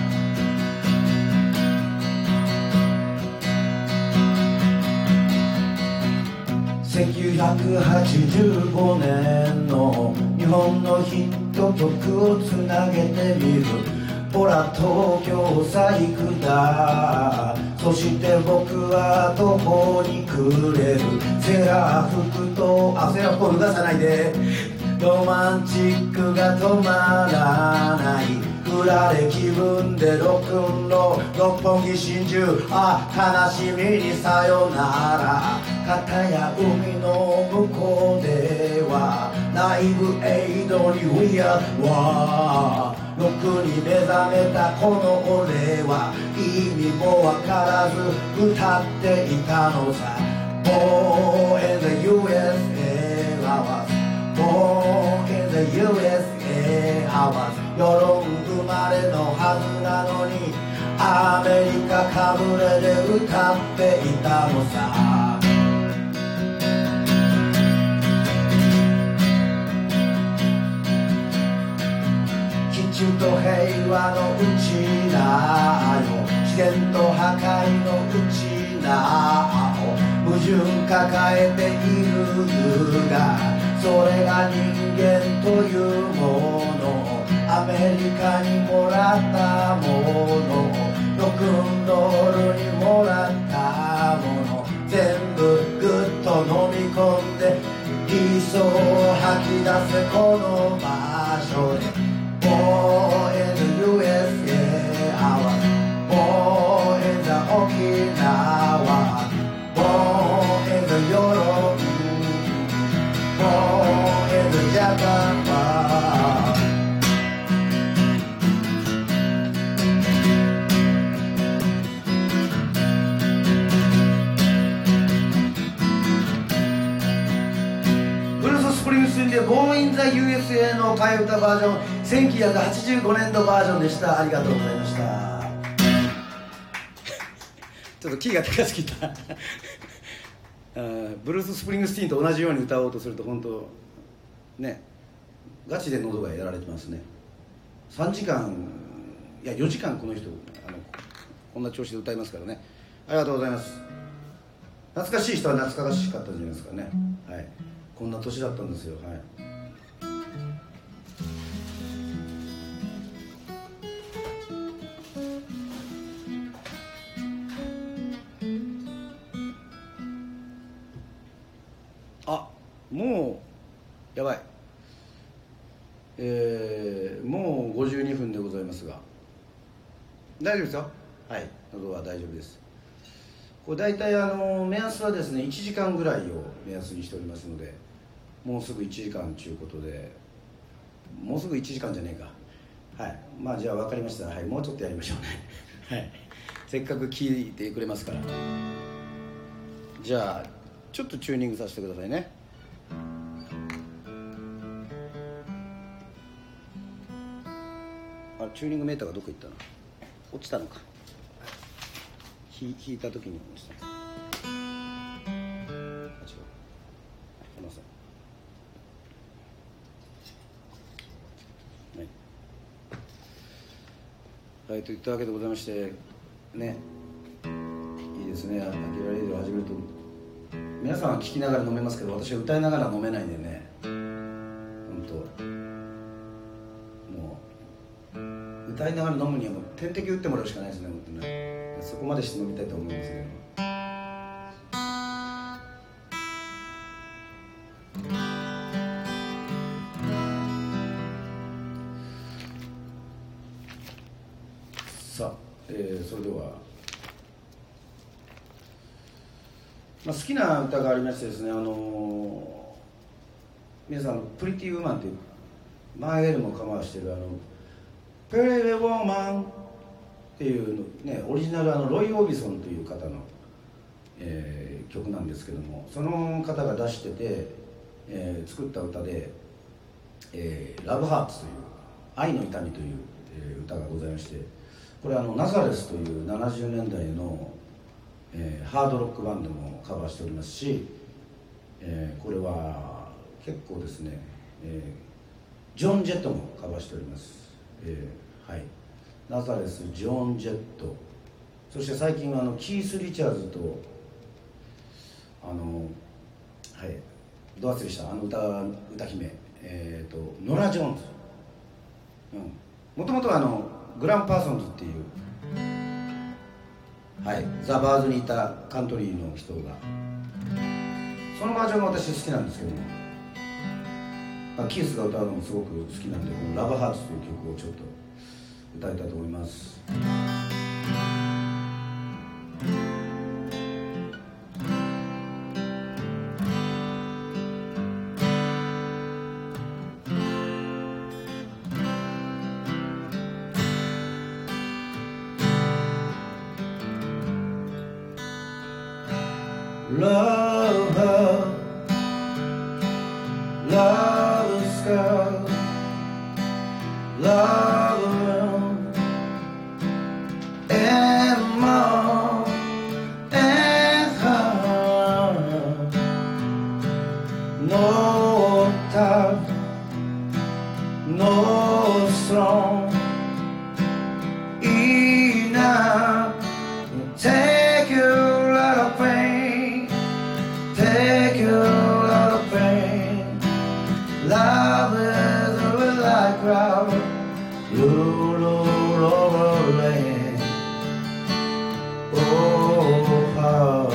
せんきゅうひゃくはちじゅうごねんの日本のヒット曲をつなげてみる。ほら東京細工だ、そして僕は途方に暮れる。セーラー服と、あ、セーラー服を脱がさないで。ロマンチックが止まらない、振られ気分でロックンロール、六本木真珠、あ、悲しみにさよなら。片や海の向こうではライブエイドに We are One。ロックに目覚めたこの俺は意味もわからず歌っていたのさ。Born in the ユーエスエー I was Born in the ユーエスエー I was。 世論生まれのはずなのにアメリカかぶれで歌っていたのさ。基地と平和のうちなよ、自然と破壊のうちなを矛盾抱えているが、それが人間というもの、アメリカにもらったもの、ロックンロールにもらったもの、全部ぐっと飲み込んで理想を吐き出せこの場所で。Born in the ユーエスエー I was Born in the 沖縄 Born in the ヨーロッパ Born in the Japan。 ブルース・スプリングスティーンで Born in the ユーエスエー の替え歌バージョン、せんきゅうひゃくはちじゅうごねん度バージョンでした。ありがとうございました。ちょっとキーが高すぎたブルース・スプリングスティーンと同じように歌おうとすると本当ねガチで喉がやられてますね。さんじかんいやよじかんこの人あのこんな調子で歌いますからね。ありがとうございます。懐かしい人は懐かしかったんじゃないですかね。はい、こんな年だったんですよ。はい。あ、もうやばい、えー、もうごじゅうにふんでございますが大丈夫ですよ。はい、喉は大丈夫です。これ大体あの目安はですねいちじかんぐらいを目安にしておりますので、もうすぐいちじかんということで、もうすぐいちじかんじゃねえか。はい、まあじゃあ分かりました。はい、もうちょっとやりましょうねはい、せっかく聞いてくれますから。じゃあちょっとチューニングさせてくださいね。あ、チューニングメーターがどこ行ったの？落ちたのか。ひ弾いた時に落ちた。あ、違う。離せ。はい。はい、といったわけでございましてね、いいですね。アキラレイディオを始めると皆さんは聞きながら飲めますけど、私は歌いながら飲めないんでね、本当もう歌いながら飲むにはもう点滴打ってもらうしかないですね、本当ね。そこまでして飲みたいと思うんですけど、さあ、えー、それでは、まあ、好きな歌がありましてですね、あのー、皆さんプリティウーマンっていうマイエルもカバーしてるあのプレイウォーマンっていうね、オリジナルあのロイ・オービソンという方の、えー、曲なんですけども、その方が出してて、えー、作った歌で、えー、ラブハーツという愛の痛みという、えー、歌がございまして、これあのナザレスというななじゅうねんだいの、えー、ハードロックバンドもカバーしておりますし、えー、これは結構ですね、えー、ジョン・ジェットもカバーしております、えー、はい、ナザレス、ジョン・ジェット、そして最近はあのキース・リチャーズとあの、はい、ど忘れしたあの歌歌姫、えー、とノラ・ジョーンズ、もともとはあのグラン・パーソンズっていう、はい、ザ・バーズにいたカントリーの人が、そのバージョンが私好きなんですけども、まあ、キースが歌うのもすごく好きなんで、この「ラブハーツ」という曲をちょっと歌いたいと思います。Love her, love this girl, love around and mom and her. No tough, no strong enough to take you out of pain, take you out of pain. Love is a like crowd, roll over land. Oh, how,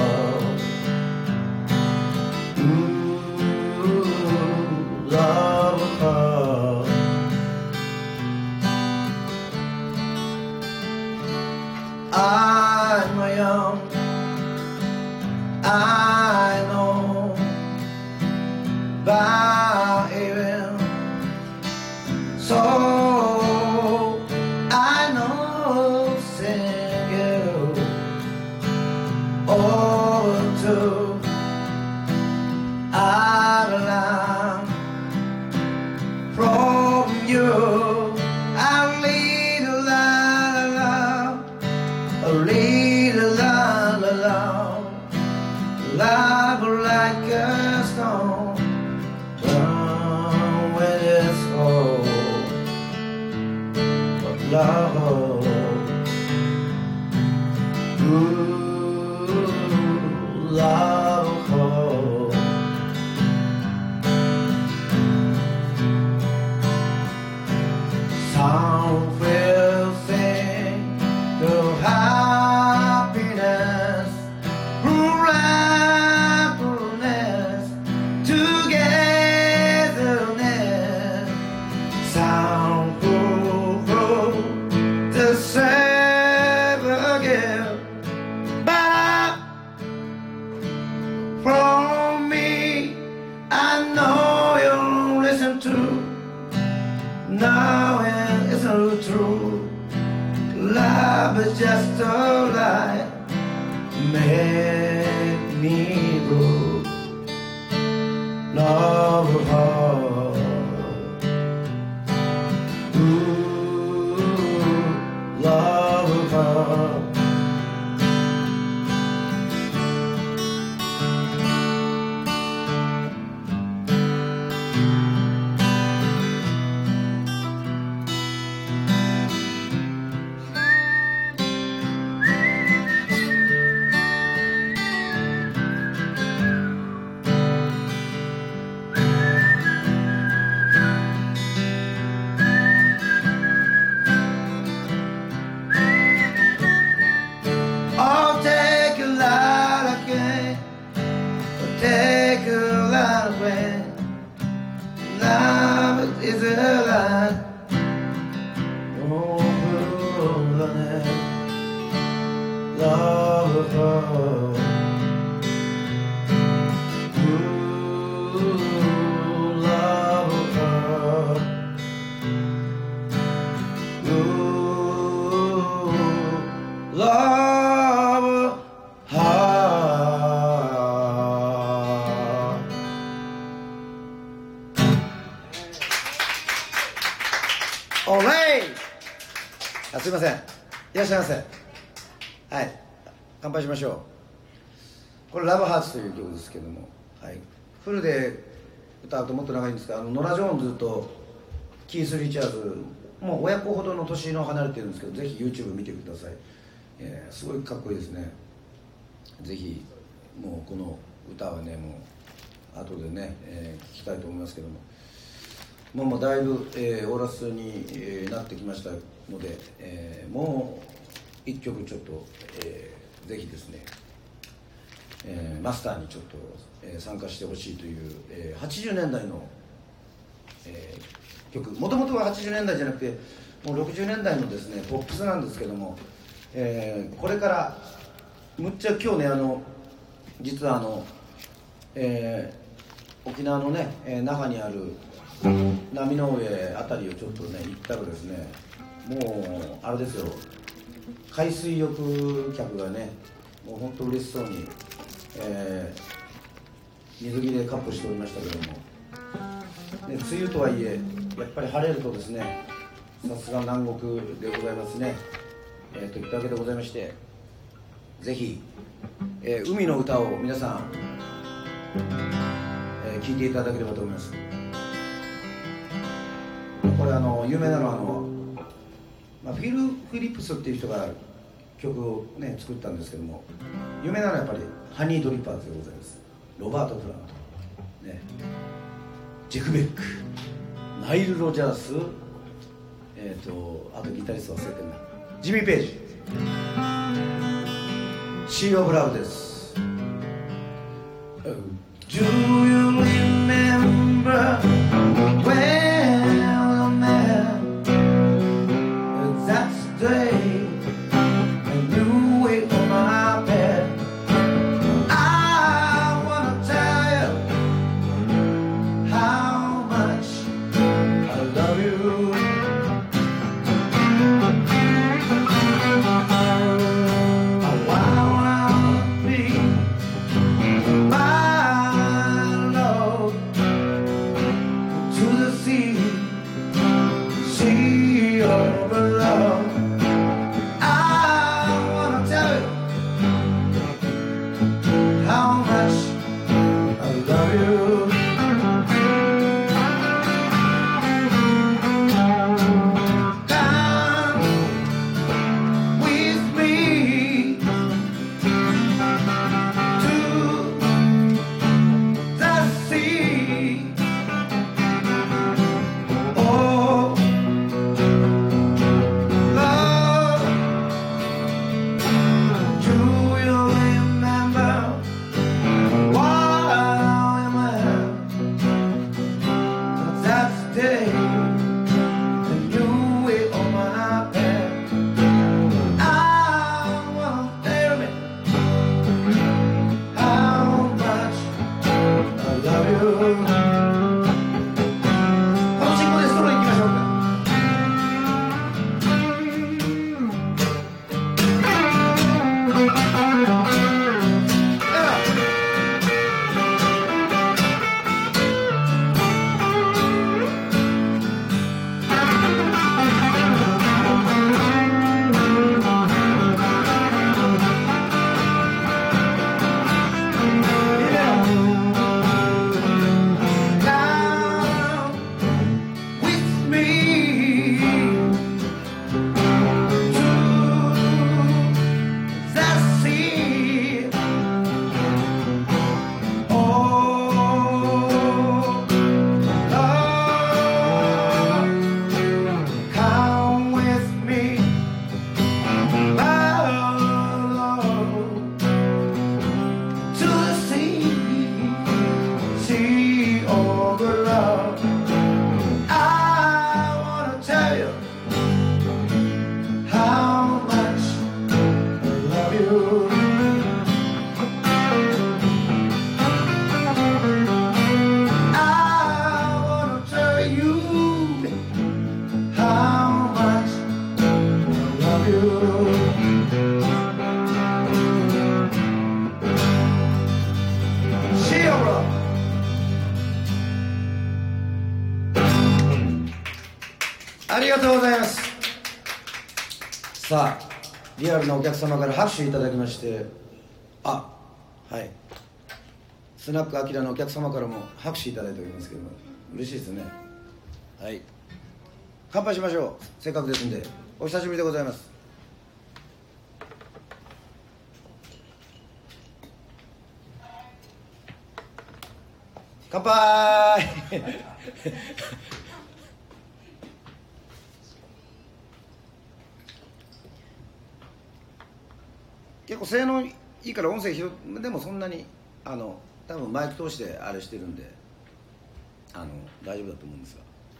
ooh, love, how. I'm young, I know, by even so I know sing you over to Ireland from you. I lead a la la la, a lead a la la la. La love. Ooh, love. Some will sing the happiness, rightfulness, togetherness. Some will the same again, but from me, I know you'll listen to. Now it's not true. Love is just a lie. Make me blue. Love of heart. Ooh, love of heart. Take a lot away. Love is a lie. Oh, love of her. Ooh, love of her. Ooh, love of her.オーレイ。あ、すいません、いらっしゃいませ。はい、乾杯しましょう。これラブハーツという曲ですけども、はい、フルで歌うともっと長いんですが、あのノラ・ジョーンズとキース・リチャーズ、もう親子ほどの年の離れてるんですけど、ぜひ YouTube 見てください。えー、すごいかっこいいですね。ぜひもうこの歌はね、もう後でね、えー、聞きたいと思いますけども、もうもうだいぶ、えー、オーラスに、えー、なってきましたので、えー、もう一曲ちょっと、えー、ぜひですね、えー、マスターにちょっと、えー、参加してほしいという、えー、はちじゅうねんだいの、えー、曲、もともとははちじゅうねんだいじゃなくてもうろくじゅうねんだいのですねポップスなんですけども、えー、これからむっちゃ今日ね、あの実はあの、えー、沖縄のね、えー、那覇にある波の上あたりをちょっとね行ったらですね、もうあれですよ、海水浴客がね、もう本当嬉しそうに、えー、水着でカップしておりましたけども、ね、梅雨とはいえやっぱり晴れるとですね、さすが南国でございますね。えー、といったわけでございまして、ぜひ、えー、海の歌を皆さん、えー、聴いていただければと思います。これあの有名なのはあの、まあ、フィル・フィリップスっていう人が曲をね作ったんですけども、有名なのはやっぱりハニー・ドリッパーズでございます。ロバート・プラント、ね、ジェフ・ベック、ナイル・ロジャース、えーとあとギタリスト忘れてるな、ジミー・ペイジ、シー・オブ・ラブです。 Do you remember when be love you See you broありがとうございます。さあリアルなお客様から拍手いただきまして、あ、はいスナックアキラのお客様からも拍手いただいておりますけども嬉しいですね。はい乾杯しましょう。せっかくですんでお久しぶりでございます。乾杯結構性能いいから音声拾でもそんなにあの多分マイク通してあれしてるんであの大丈夫だと思うんですが、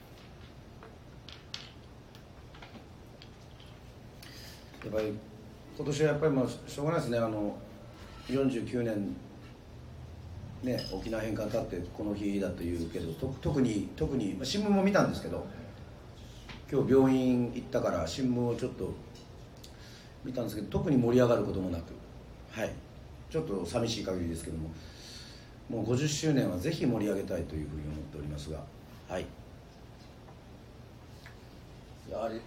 やっぱり今年はやっぱりまあしょうがないですね。あのよんじゅうきゅうねんね沖縄返還経ってこの日だというけどと特に特に、まあ、新聞も見たんですけど今日病院行ったから新聞をちょっと見たんですけど特に盛り上がることもなく、はいちょっと寂しい限りですけども、もうごじゅっしゅうねんはぜひ盛り上げたいというふうに思っておりますが、はいあれ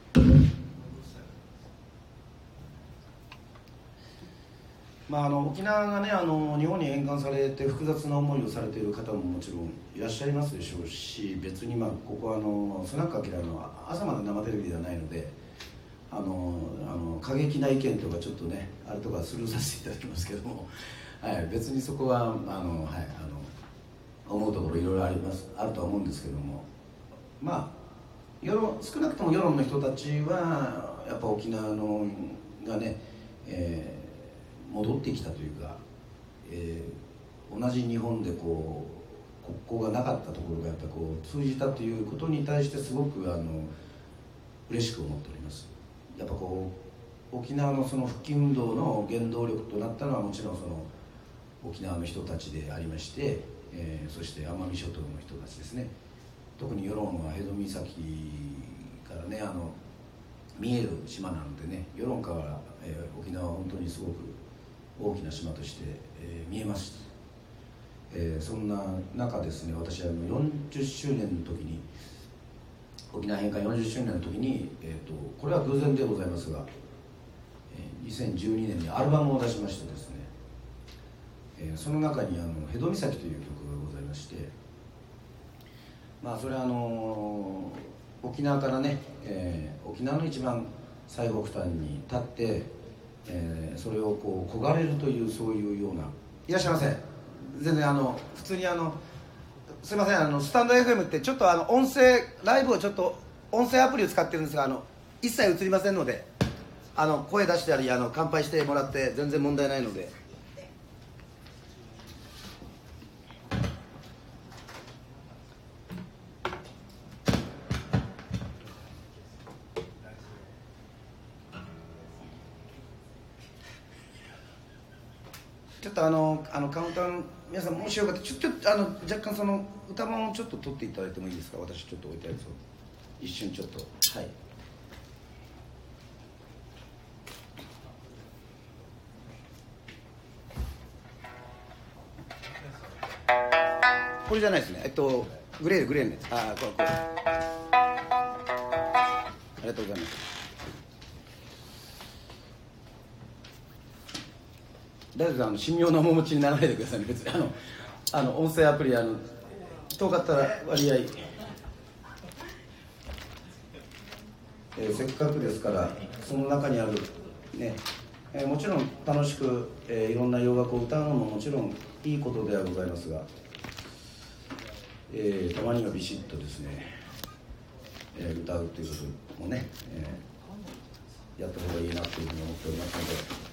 まあ、あの沖縄がねあの日本に返還されて複雑な思いをされている方ももちろんいらっしゃいますでしょうし、別にまあここはあのスナックアキラの朝まで生テレビではないのであのあの過激な意見とかちょっとねあれとかスルーさせていただきますけども、はい、別にそこはあの、はい、あの思うところいろいろありますあるとは思うんですけども、まあ世論少なくとも世論の人たちはやっぱ沖縄のがね、えー戻ってきたというか、えー、同じ日本でこう国交がなかったところがやっぱこう通じたということに対してすごくあの嬉しく思っております。やっぱこう沖縄のその復帰運動の原動力となったのはもちろんその沖縄の人たちでありまして、えー、そして奄美諸島の人たちですね。特に世論は辺戸岬からねあの見える島なのでね、世論から、えー、沖縄は本当にすごく大きな島として、えー、見えます、えー、そんな中ですね、私はよんじゅっしゅうねんの時に沖縄返還よんじゅっしゅうねんの時に、えー、とこれは偶然でございますが、えー、にせんじゅうにねんにアルバムを出しましてですね、えー、その中にあの辺戸岬という曲がございまして、まあそれはあのー、沖縄からね、えー、沖縄の一番最北端に立ってえー、それをこう焦がれるというそういうような、いらっしゃいませ。全然あの普通にあのすいません、あのスタンド エフエム ってちょっとあの音声ライブをちょっと音声アプリを使ってるんですが、あの一切映りませんので、あの声出したりあの乾杯してもらって全然問題ないので。ちょっとあのあのカウンターの皆さんもしよかったらちょちょっとあの若干その歌番をちょっと取っていただいてもいいですか。私ちょっと置いてあるぞ、一瞬ちょっと、はい、これじゃないですね、えっとグレーグレーのやつ、ああこれこれありがとうございます。大丈夫です、あの神妙な面持ちにならないでくださいね。別にあのあの音声アプリあの遠かったら割合、えー、せっかくですからその中にあるね、えー、もちろん楽しく、えー、いろんな洋楽を歌うのももちろんいいことではございますが、えー、たまにはビシッとですね、えー、歌うということもね、えー、やった方がいいなというふうに思っておりますので、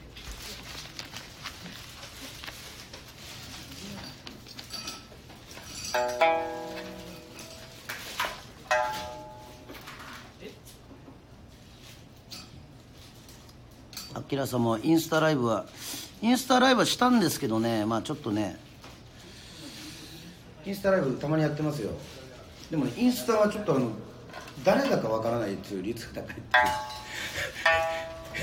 あきらさんもインスタライブはインスタライブはしたんですけどね、まあちょっとねインスタライブたまにやってますよ。でもねインスタはちょっとあの誰だかわからないっていう率が高いっていう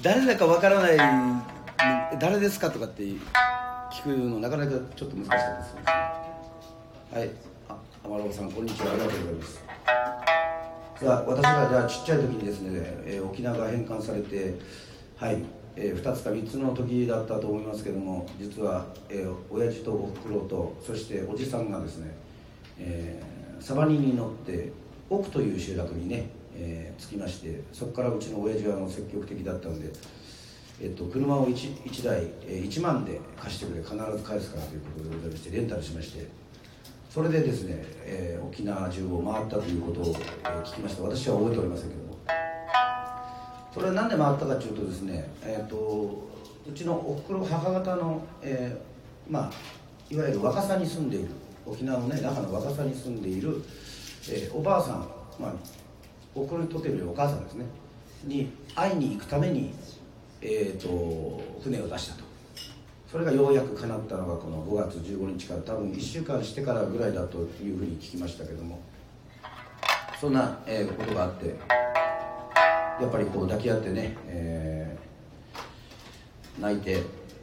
誰だかわからない誰ですかとかって聞くのなかなかちょっと難しかったですね。はい、あ、天野さんこんにちは、ありがとうございます。さあ、私がじゃあちっちゃい時にですね、えー、沖縄が返還されて、はい、えー、ふたつかみっつの時だったと思いますけども、実は、えー、親父とおふくろとそしておじさんがですね、えー、サバニに乗って奥という集落にね、えー、着きまして、そこからうちの親父はあの積極的だったんで、えっと、車を 1, 1台、えー、いちまんで貸してくれ、必ず返すからということでございましてレンタルしまして、それでですね、えー、沖縄中を回ったということを、えー、聞きました。私は覚えておりませんけども、それは何で回ったかというとですね、えー、とうちのおふくろ母方の、えーまあ、いわゆる若狭に住んでいる、沖縄のね那覇の若狭に住んでいる、えー、おばあさん、まあ、おふくろにとってみればお母さんですねに会いに行くために、えー、と船を出したと。それがようやく叶ったのがこのごがつじゅうごにちから、多分いっしゅうかんしてからぐらいだというふうに聞きましたけども、そんな、えー、ことがあって、やっぱりこう抱き合ってね、えー、泣いて、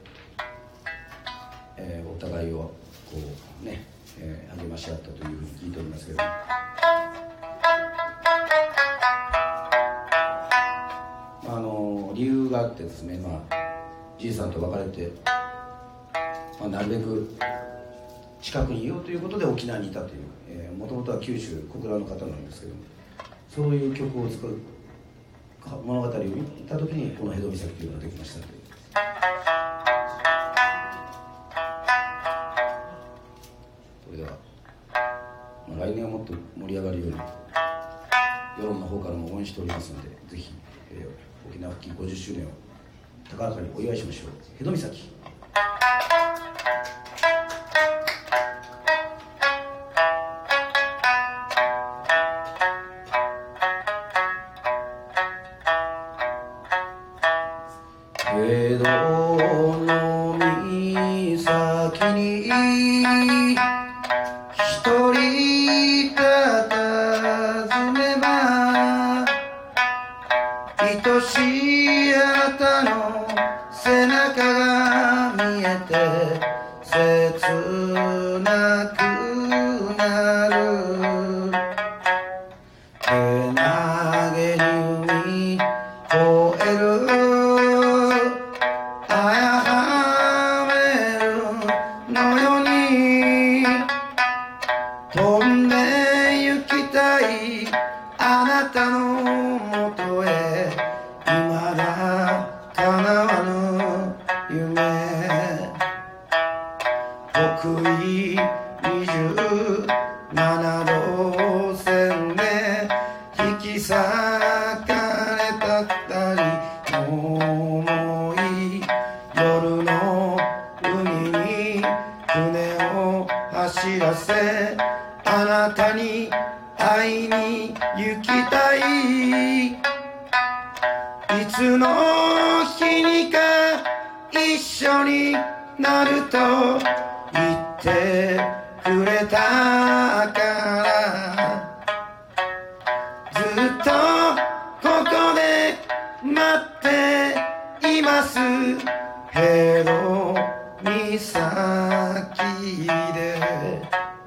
えー、お互いをこうね、えー、励まし合ったというふうに聞いておりますけども、あの理由があってですね、まあ、じいさんと別れて、まあ、なるべく近くにいようということで沖縄にいたという、えー、もともとは九州小倉の方なんですけども、そういう曲を作る物語を見た時にこの「ヘド岬」というのができましたので、それでは、まあ、来年はもっと盛り上がるように世論の方からも応援しておりますので、ぜひ、えー、沖縄復帰ごじゅっしゅうねんを高らかにお祝いしましょう。ヘド岬。江戸の岬に一人たたずめば、愛しいあなたの背中が見えて切なくなる。けなげに海越えるあやはめるのように飛んで行きたいあなたのもとへ、未だ叶わぬ夢。北緯にじゅうななど線で引き裂かれた二人の想い、夜の海に船を走らせ、あなたに会いに行きたい。いつの日にか一緒になると言ってくれたから、ずっとここで待っています。ヘド岬で。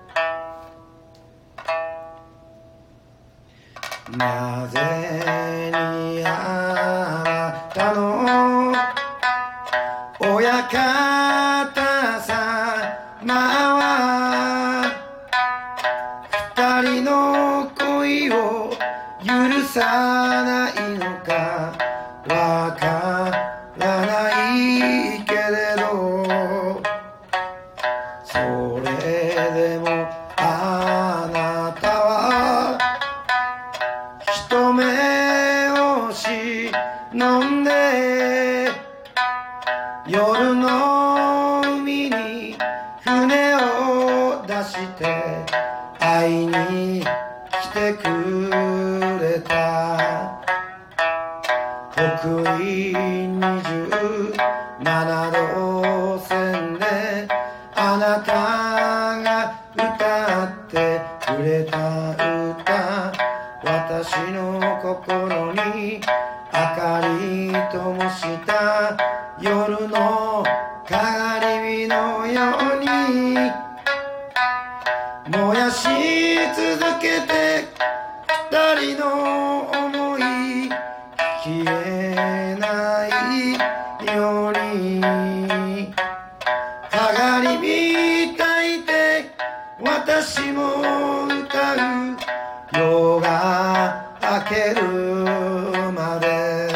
なぜにあなたの親方様は二人の恋を許さないのかわからないけれど、それでもあなたは人目を忍んで夜の海に船を出して会いに来てくれた。北緯にじゅうななど線であなたが歌ってくれた歌、私の心に明かり灯した夜のかがり火のように燃やし続けて二人の想い消えないようにかがり火焚いて私も歌う夜が明けるまで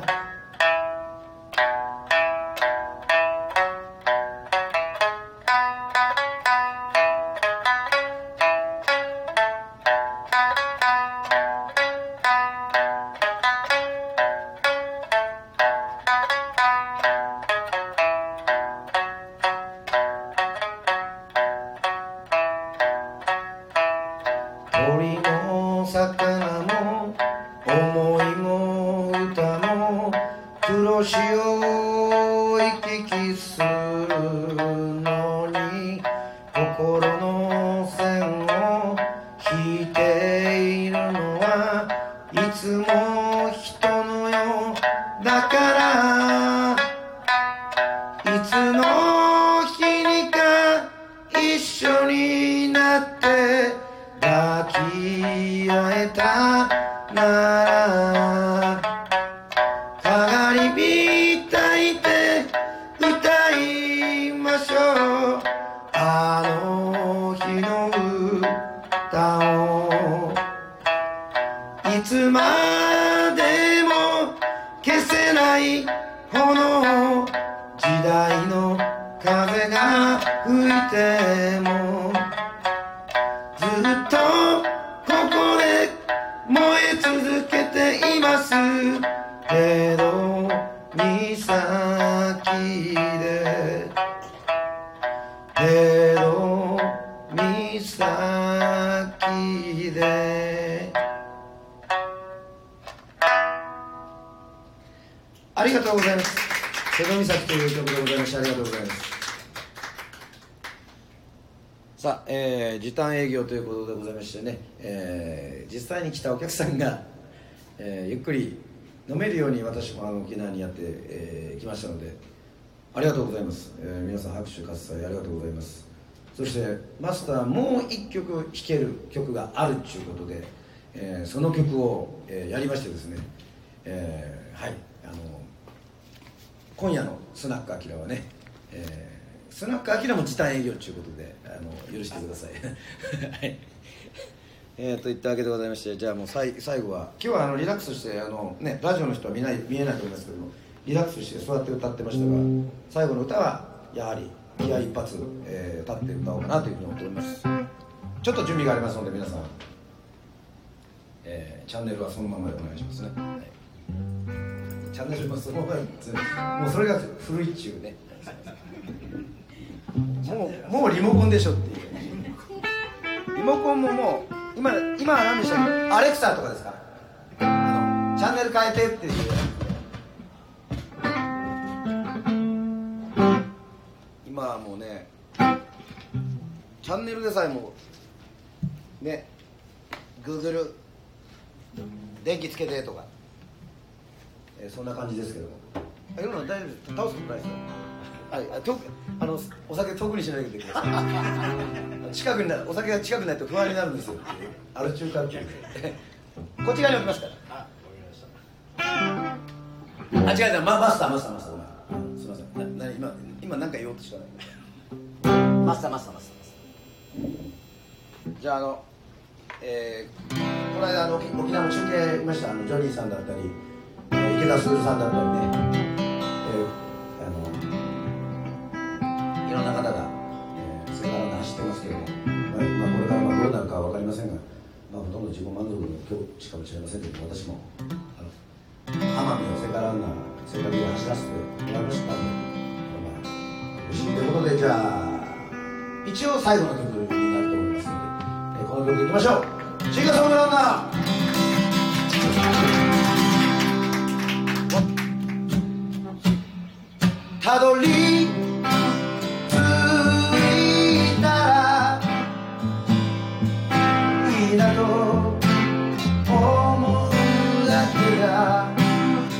鳥も魚も思いも歌も黒潮を行き来するのに心の線を引いているのはいつも人のようだからいつの日にか一緒になって抱き合えたならかがり火焚いて歌いましょうあの日の歌をいつまでも消せない炎時代の風が吹いてもずっとここで燃え続けていますけど岬でけど岬でありがとうございます瀬戸岬という曲でございましてありがとうございますさあ、えー、時短営業ということでございましてね、えー、実際に来たお客さんが、えー、ゆっくり飲めるように私もあの沖縄にやって、えー、来ましたのでありがとうございます、えー、皆さん拍手喝采ありがとうございます。そしてマスターもう一曲弾ける曲があるということで、えー、その曲を、えー、やりましてですね、えー、はいあの今夜のスナックアキラはね、えースナックアキラも時短営業ということであの許してくださいはいえーといったわけでございまして、じゃあもうさい最後は今日はあのリラックスしてあの、ね、ラジオの人は見ない見えないと思いますけどもリラックスしてそうやって歌ってましたが最後の歌はやはり気合一発、えー、立って歌おうかなというふうに思っております。ちょっと準備がありますので皆さん、えー、チャンネルはそのままでお願いしますね、はい、チャンネルはそのままでもうそれが古いっちゅうねもう、もうリモコンでしょっていうリモコンももう今、今は何でしたっけアレクサとかですかあのチャンネル変えてっていう今はもうねチャンネルでさえもね Google 電気つけてとか、えー、そんな感じですけどもいろんな大丈夫です倒すことないですよはい、とあのお酒特にしないでください近くになお酒が近くないと不安になるんですよアル中間っていうこっち側に置きますからあ、分かりましたあ、違う違う、ま、マスターマスターマスターごめんすいませんなな今今何か言おうとしたないマスターマスターマスターじゃああのえー、この間あの沖縄の中継いましたあのジョニーさんだったり、えー、池田鈴さんだったりね、えーいろんな方が、えー、聖火ランナー走ってますけども、まあ、まあ、これからまあどうなるかは分かりませんが、まあ、ほとんど自己満足の今日しかもしれませんけど私もあの奄美の聖火ランナー聖火リレー走らせてもらいましたので、まあ、嬉しいということでじゃあ一応最後の曲になると思いますので、えー、この曲いきましょうシンガーソングランナーたどりだと思うだけが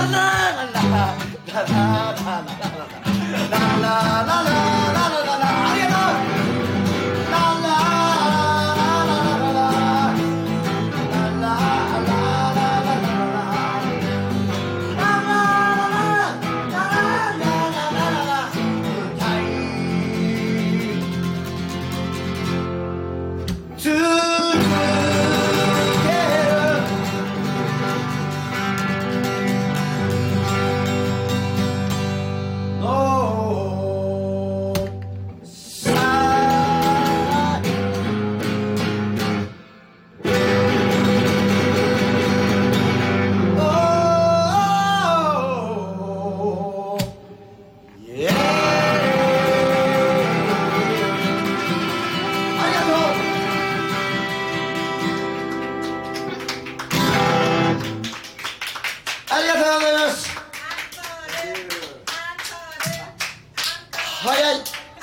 早い。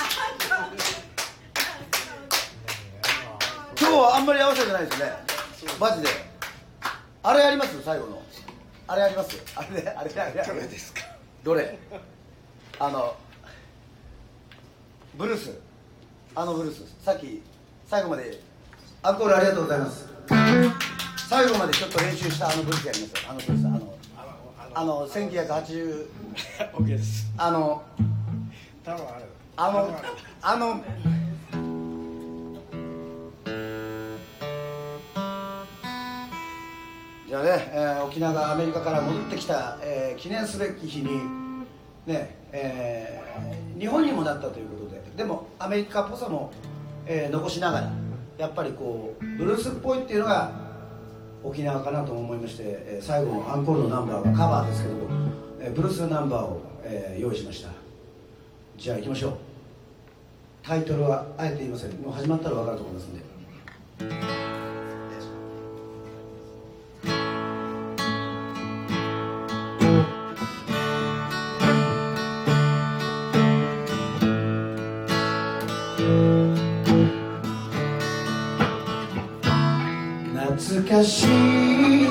今日はあんまり合わせてないですね。マジで。あれやります？最後の。あれやります？あれね、あれあれあれ。 どれですか？ どれ？あのブルース。あのブルース。さっき最後までアンコールありがとうございます。最後までちょっと練習したあのブルースやります。あのブルース、あのあのせんきゅうひゃくはちじゅう OK です。 あの多分あれあのあのじゃあね、えー、沖縄がアメリカから戻ってきた、えー、記念すべき日にね、えー、日本にもなったということで、でもアメリカっぽさも、えー、残しながらやっぱりこうブルースっぽいっていうのが沖縄かなと思いまして、えー、最後のアンコールのナンバーはカバーですけど、えー、ブルースナンバーを、えー、用意しました。じゃあ行きましょう。タイトルはあえて言いません。もう始まったら分かると思いますんで。懐かしい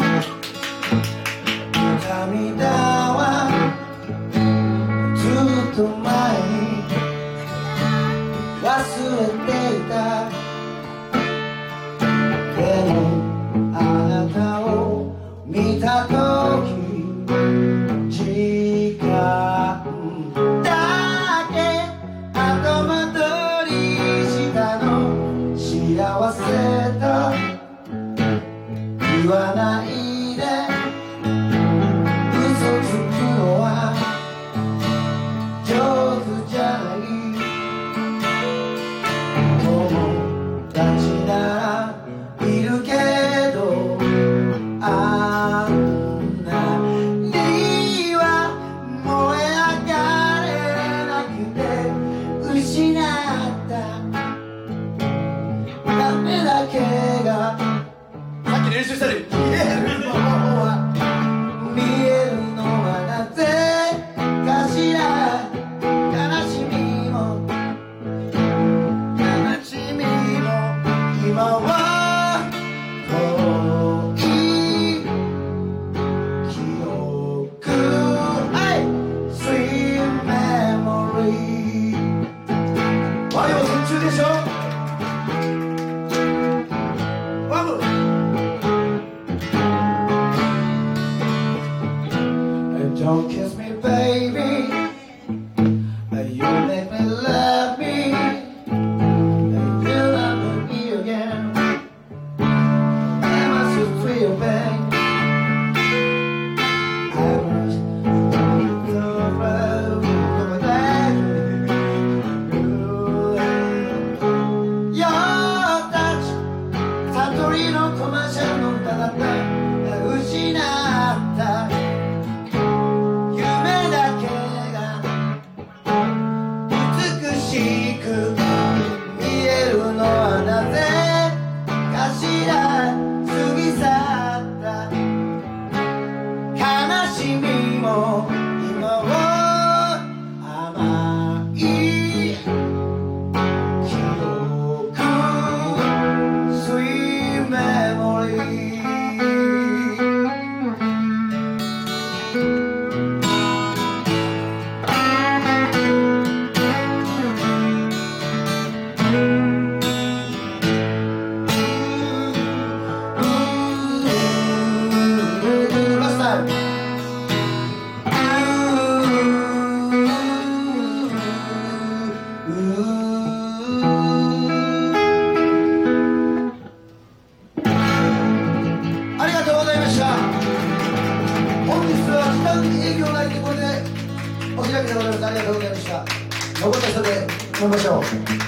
涙はずっと前に忘れていたけどあなたを見たとき時間だけ後戻りしたの幸せと言わないで嘘つくのは上手じゃない友達ならいるけどあんなには燃え上がれなくて失ったダメだけが練習したり見えるのは見えるのはなぜかしら悲しみも悲しみも今は遠い記憶はい Sweet memory 和洋折衷でしょワブDon't kiss me, baby. You make me love me. You'll never be again. I must feel pain. I wish the road over there. Your touch, サトリのコマーシャルの歌だった失った見えるのはなぜかしら過ぎ去った悲しみも今は甘い記憶 Sweet memory とうございます。ありがとうございました。残った人で飲みましょう。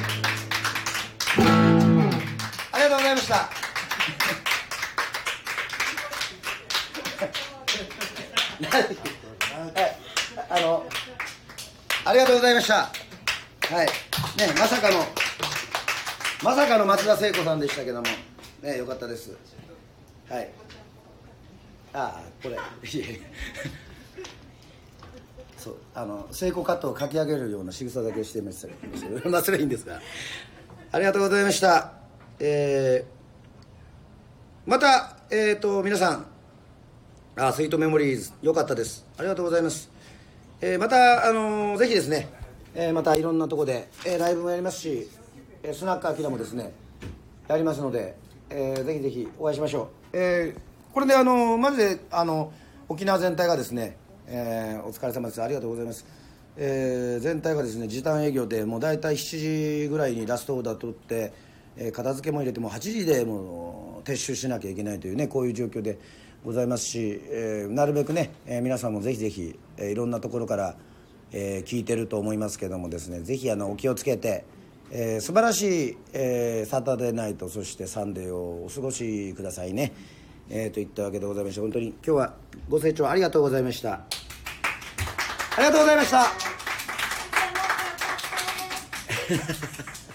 ありがとうございました。はい、あのありがとうございました。はいね、まさかのまさかの松田聖子さんでしたけどもね、よかったです。はい。ああ、これそう、あの聖子カットを書き上げるような仕草だけしていましたけどまあそれはいいんですが、ありがとうございました。えー、また、えーと皆さん、あ、スイートメモリーズよかったです。ありがとうございます。えー、また、あのー、ぜひですね、えー、またいろんなとこで、えー、ライブもやりますし、えー、スナックアキラもですねやりますので、えー、ぜひぜひお会いしましょう。えー、これで、あのー、マジで、あの沖縄全体がですね、えー、お疲れ様です。ありがとうございます。えー、全体がですね時短営業でもう大体しちじぐらいにラストオーダー取って、えー、片付けも入れてもはちじでもう撤収しなきゃいけないというね、こういう状況でございますし、えー、なるべくね、えー、皆さんもぜひぜひ、えー、いろんなところから、えー、聞いてると思いますけどもですね、ぜひあのお気をつけて、えー、素晴らしい、えー、サタデーナイト、そしてサンデーをお過ごしくださいね、えー、といったわけでございまして、本当に今日はご清聴ありがとうございました。ありがとうございました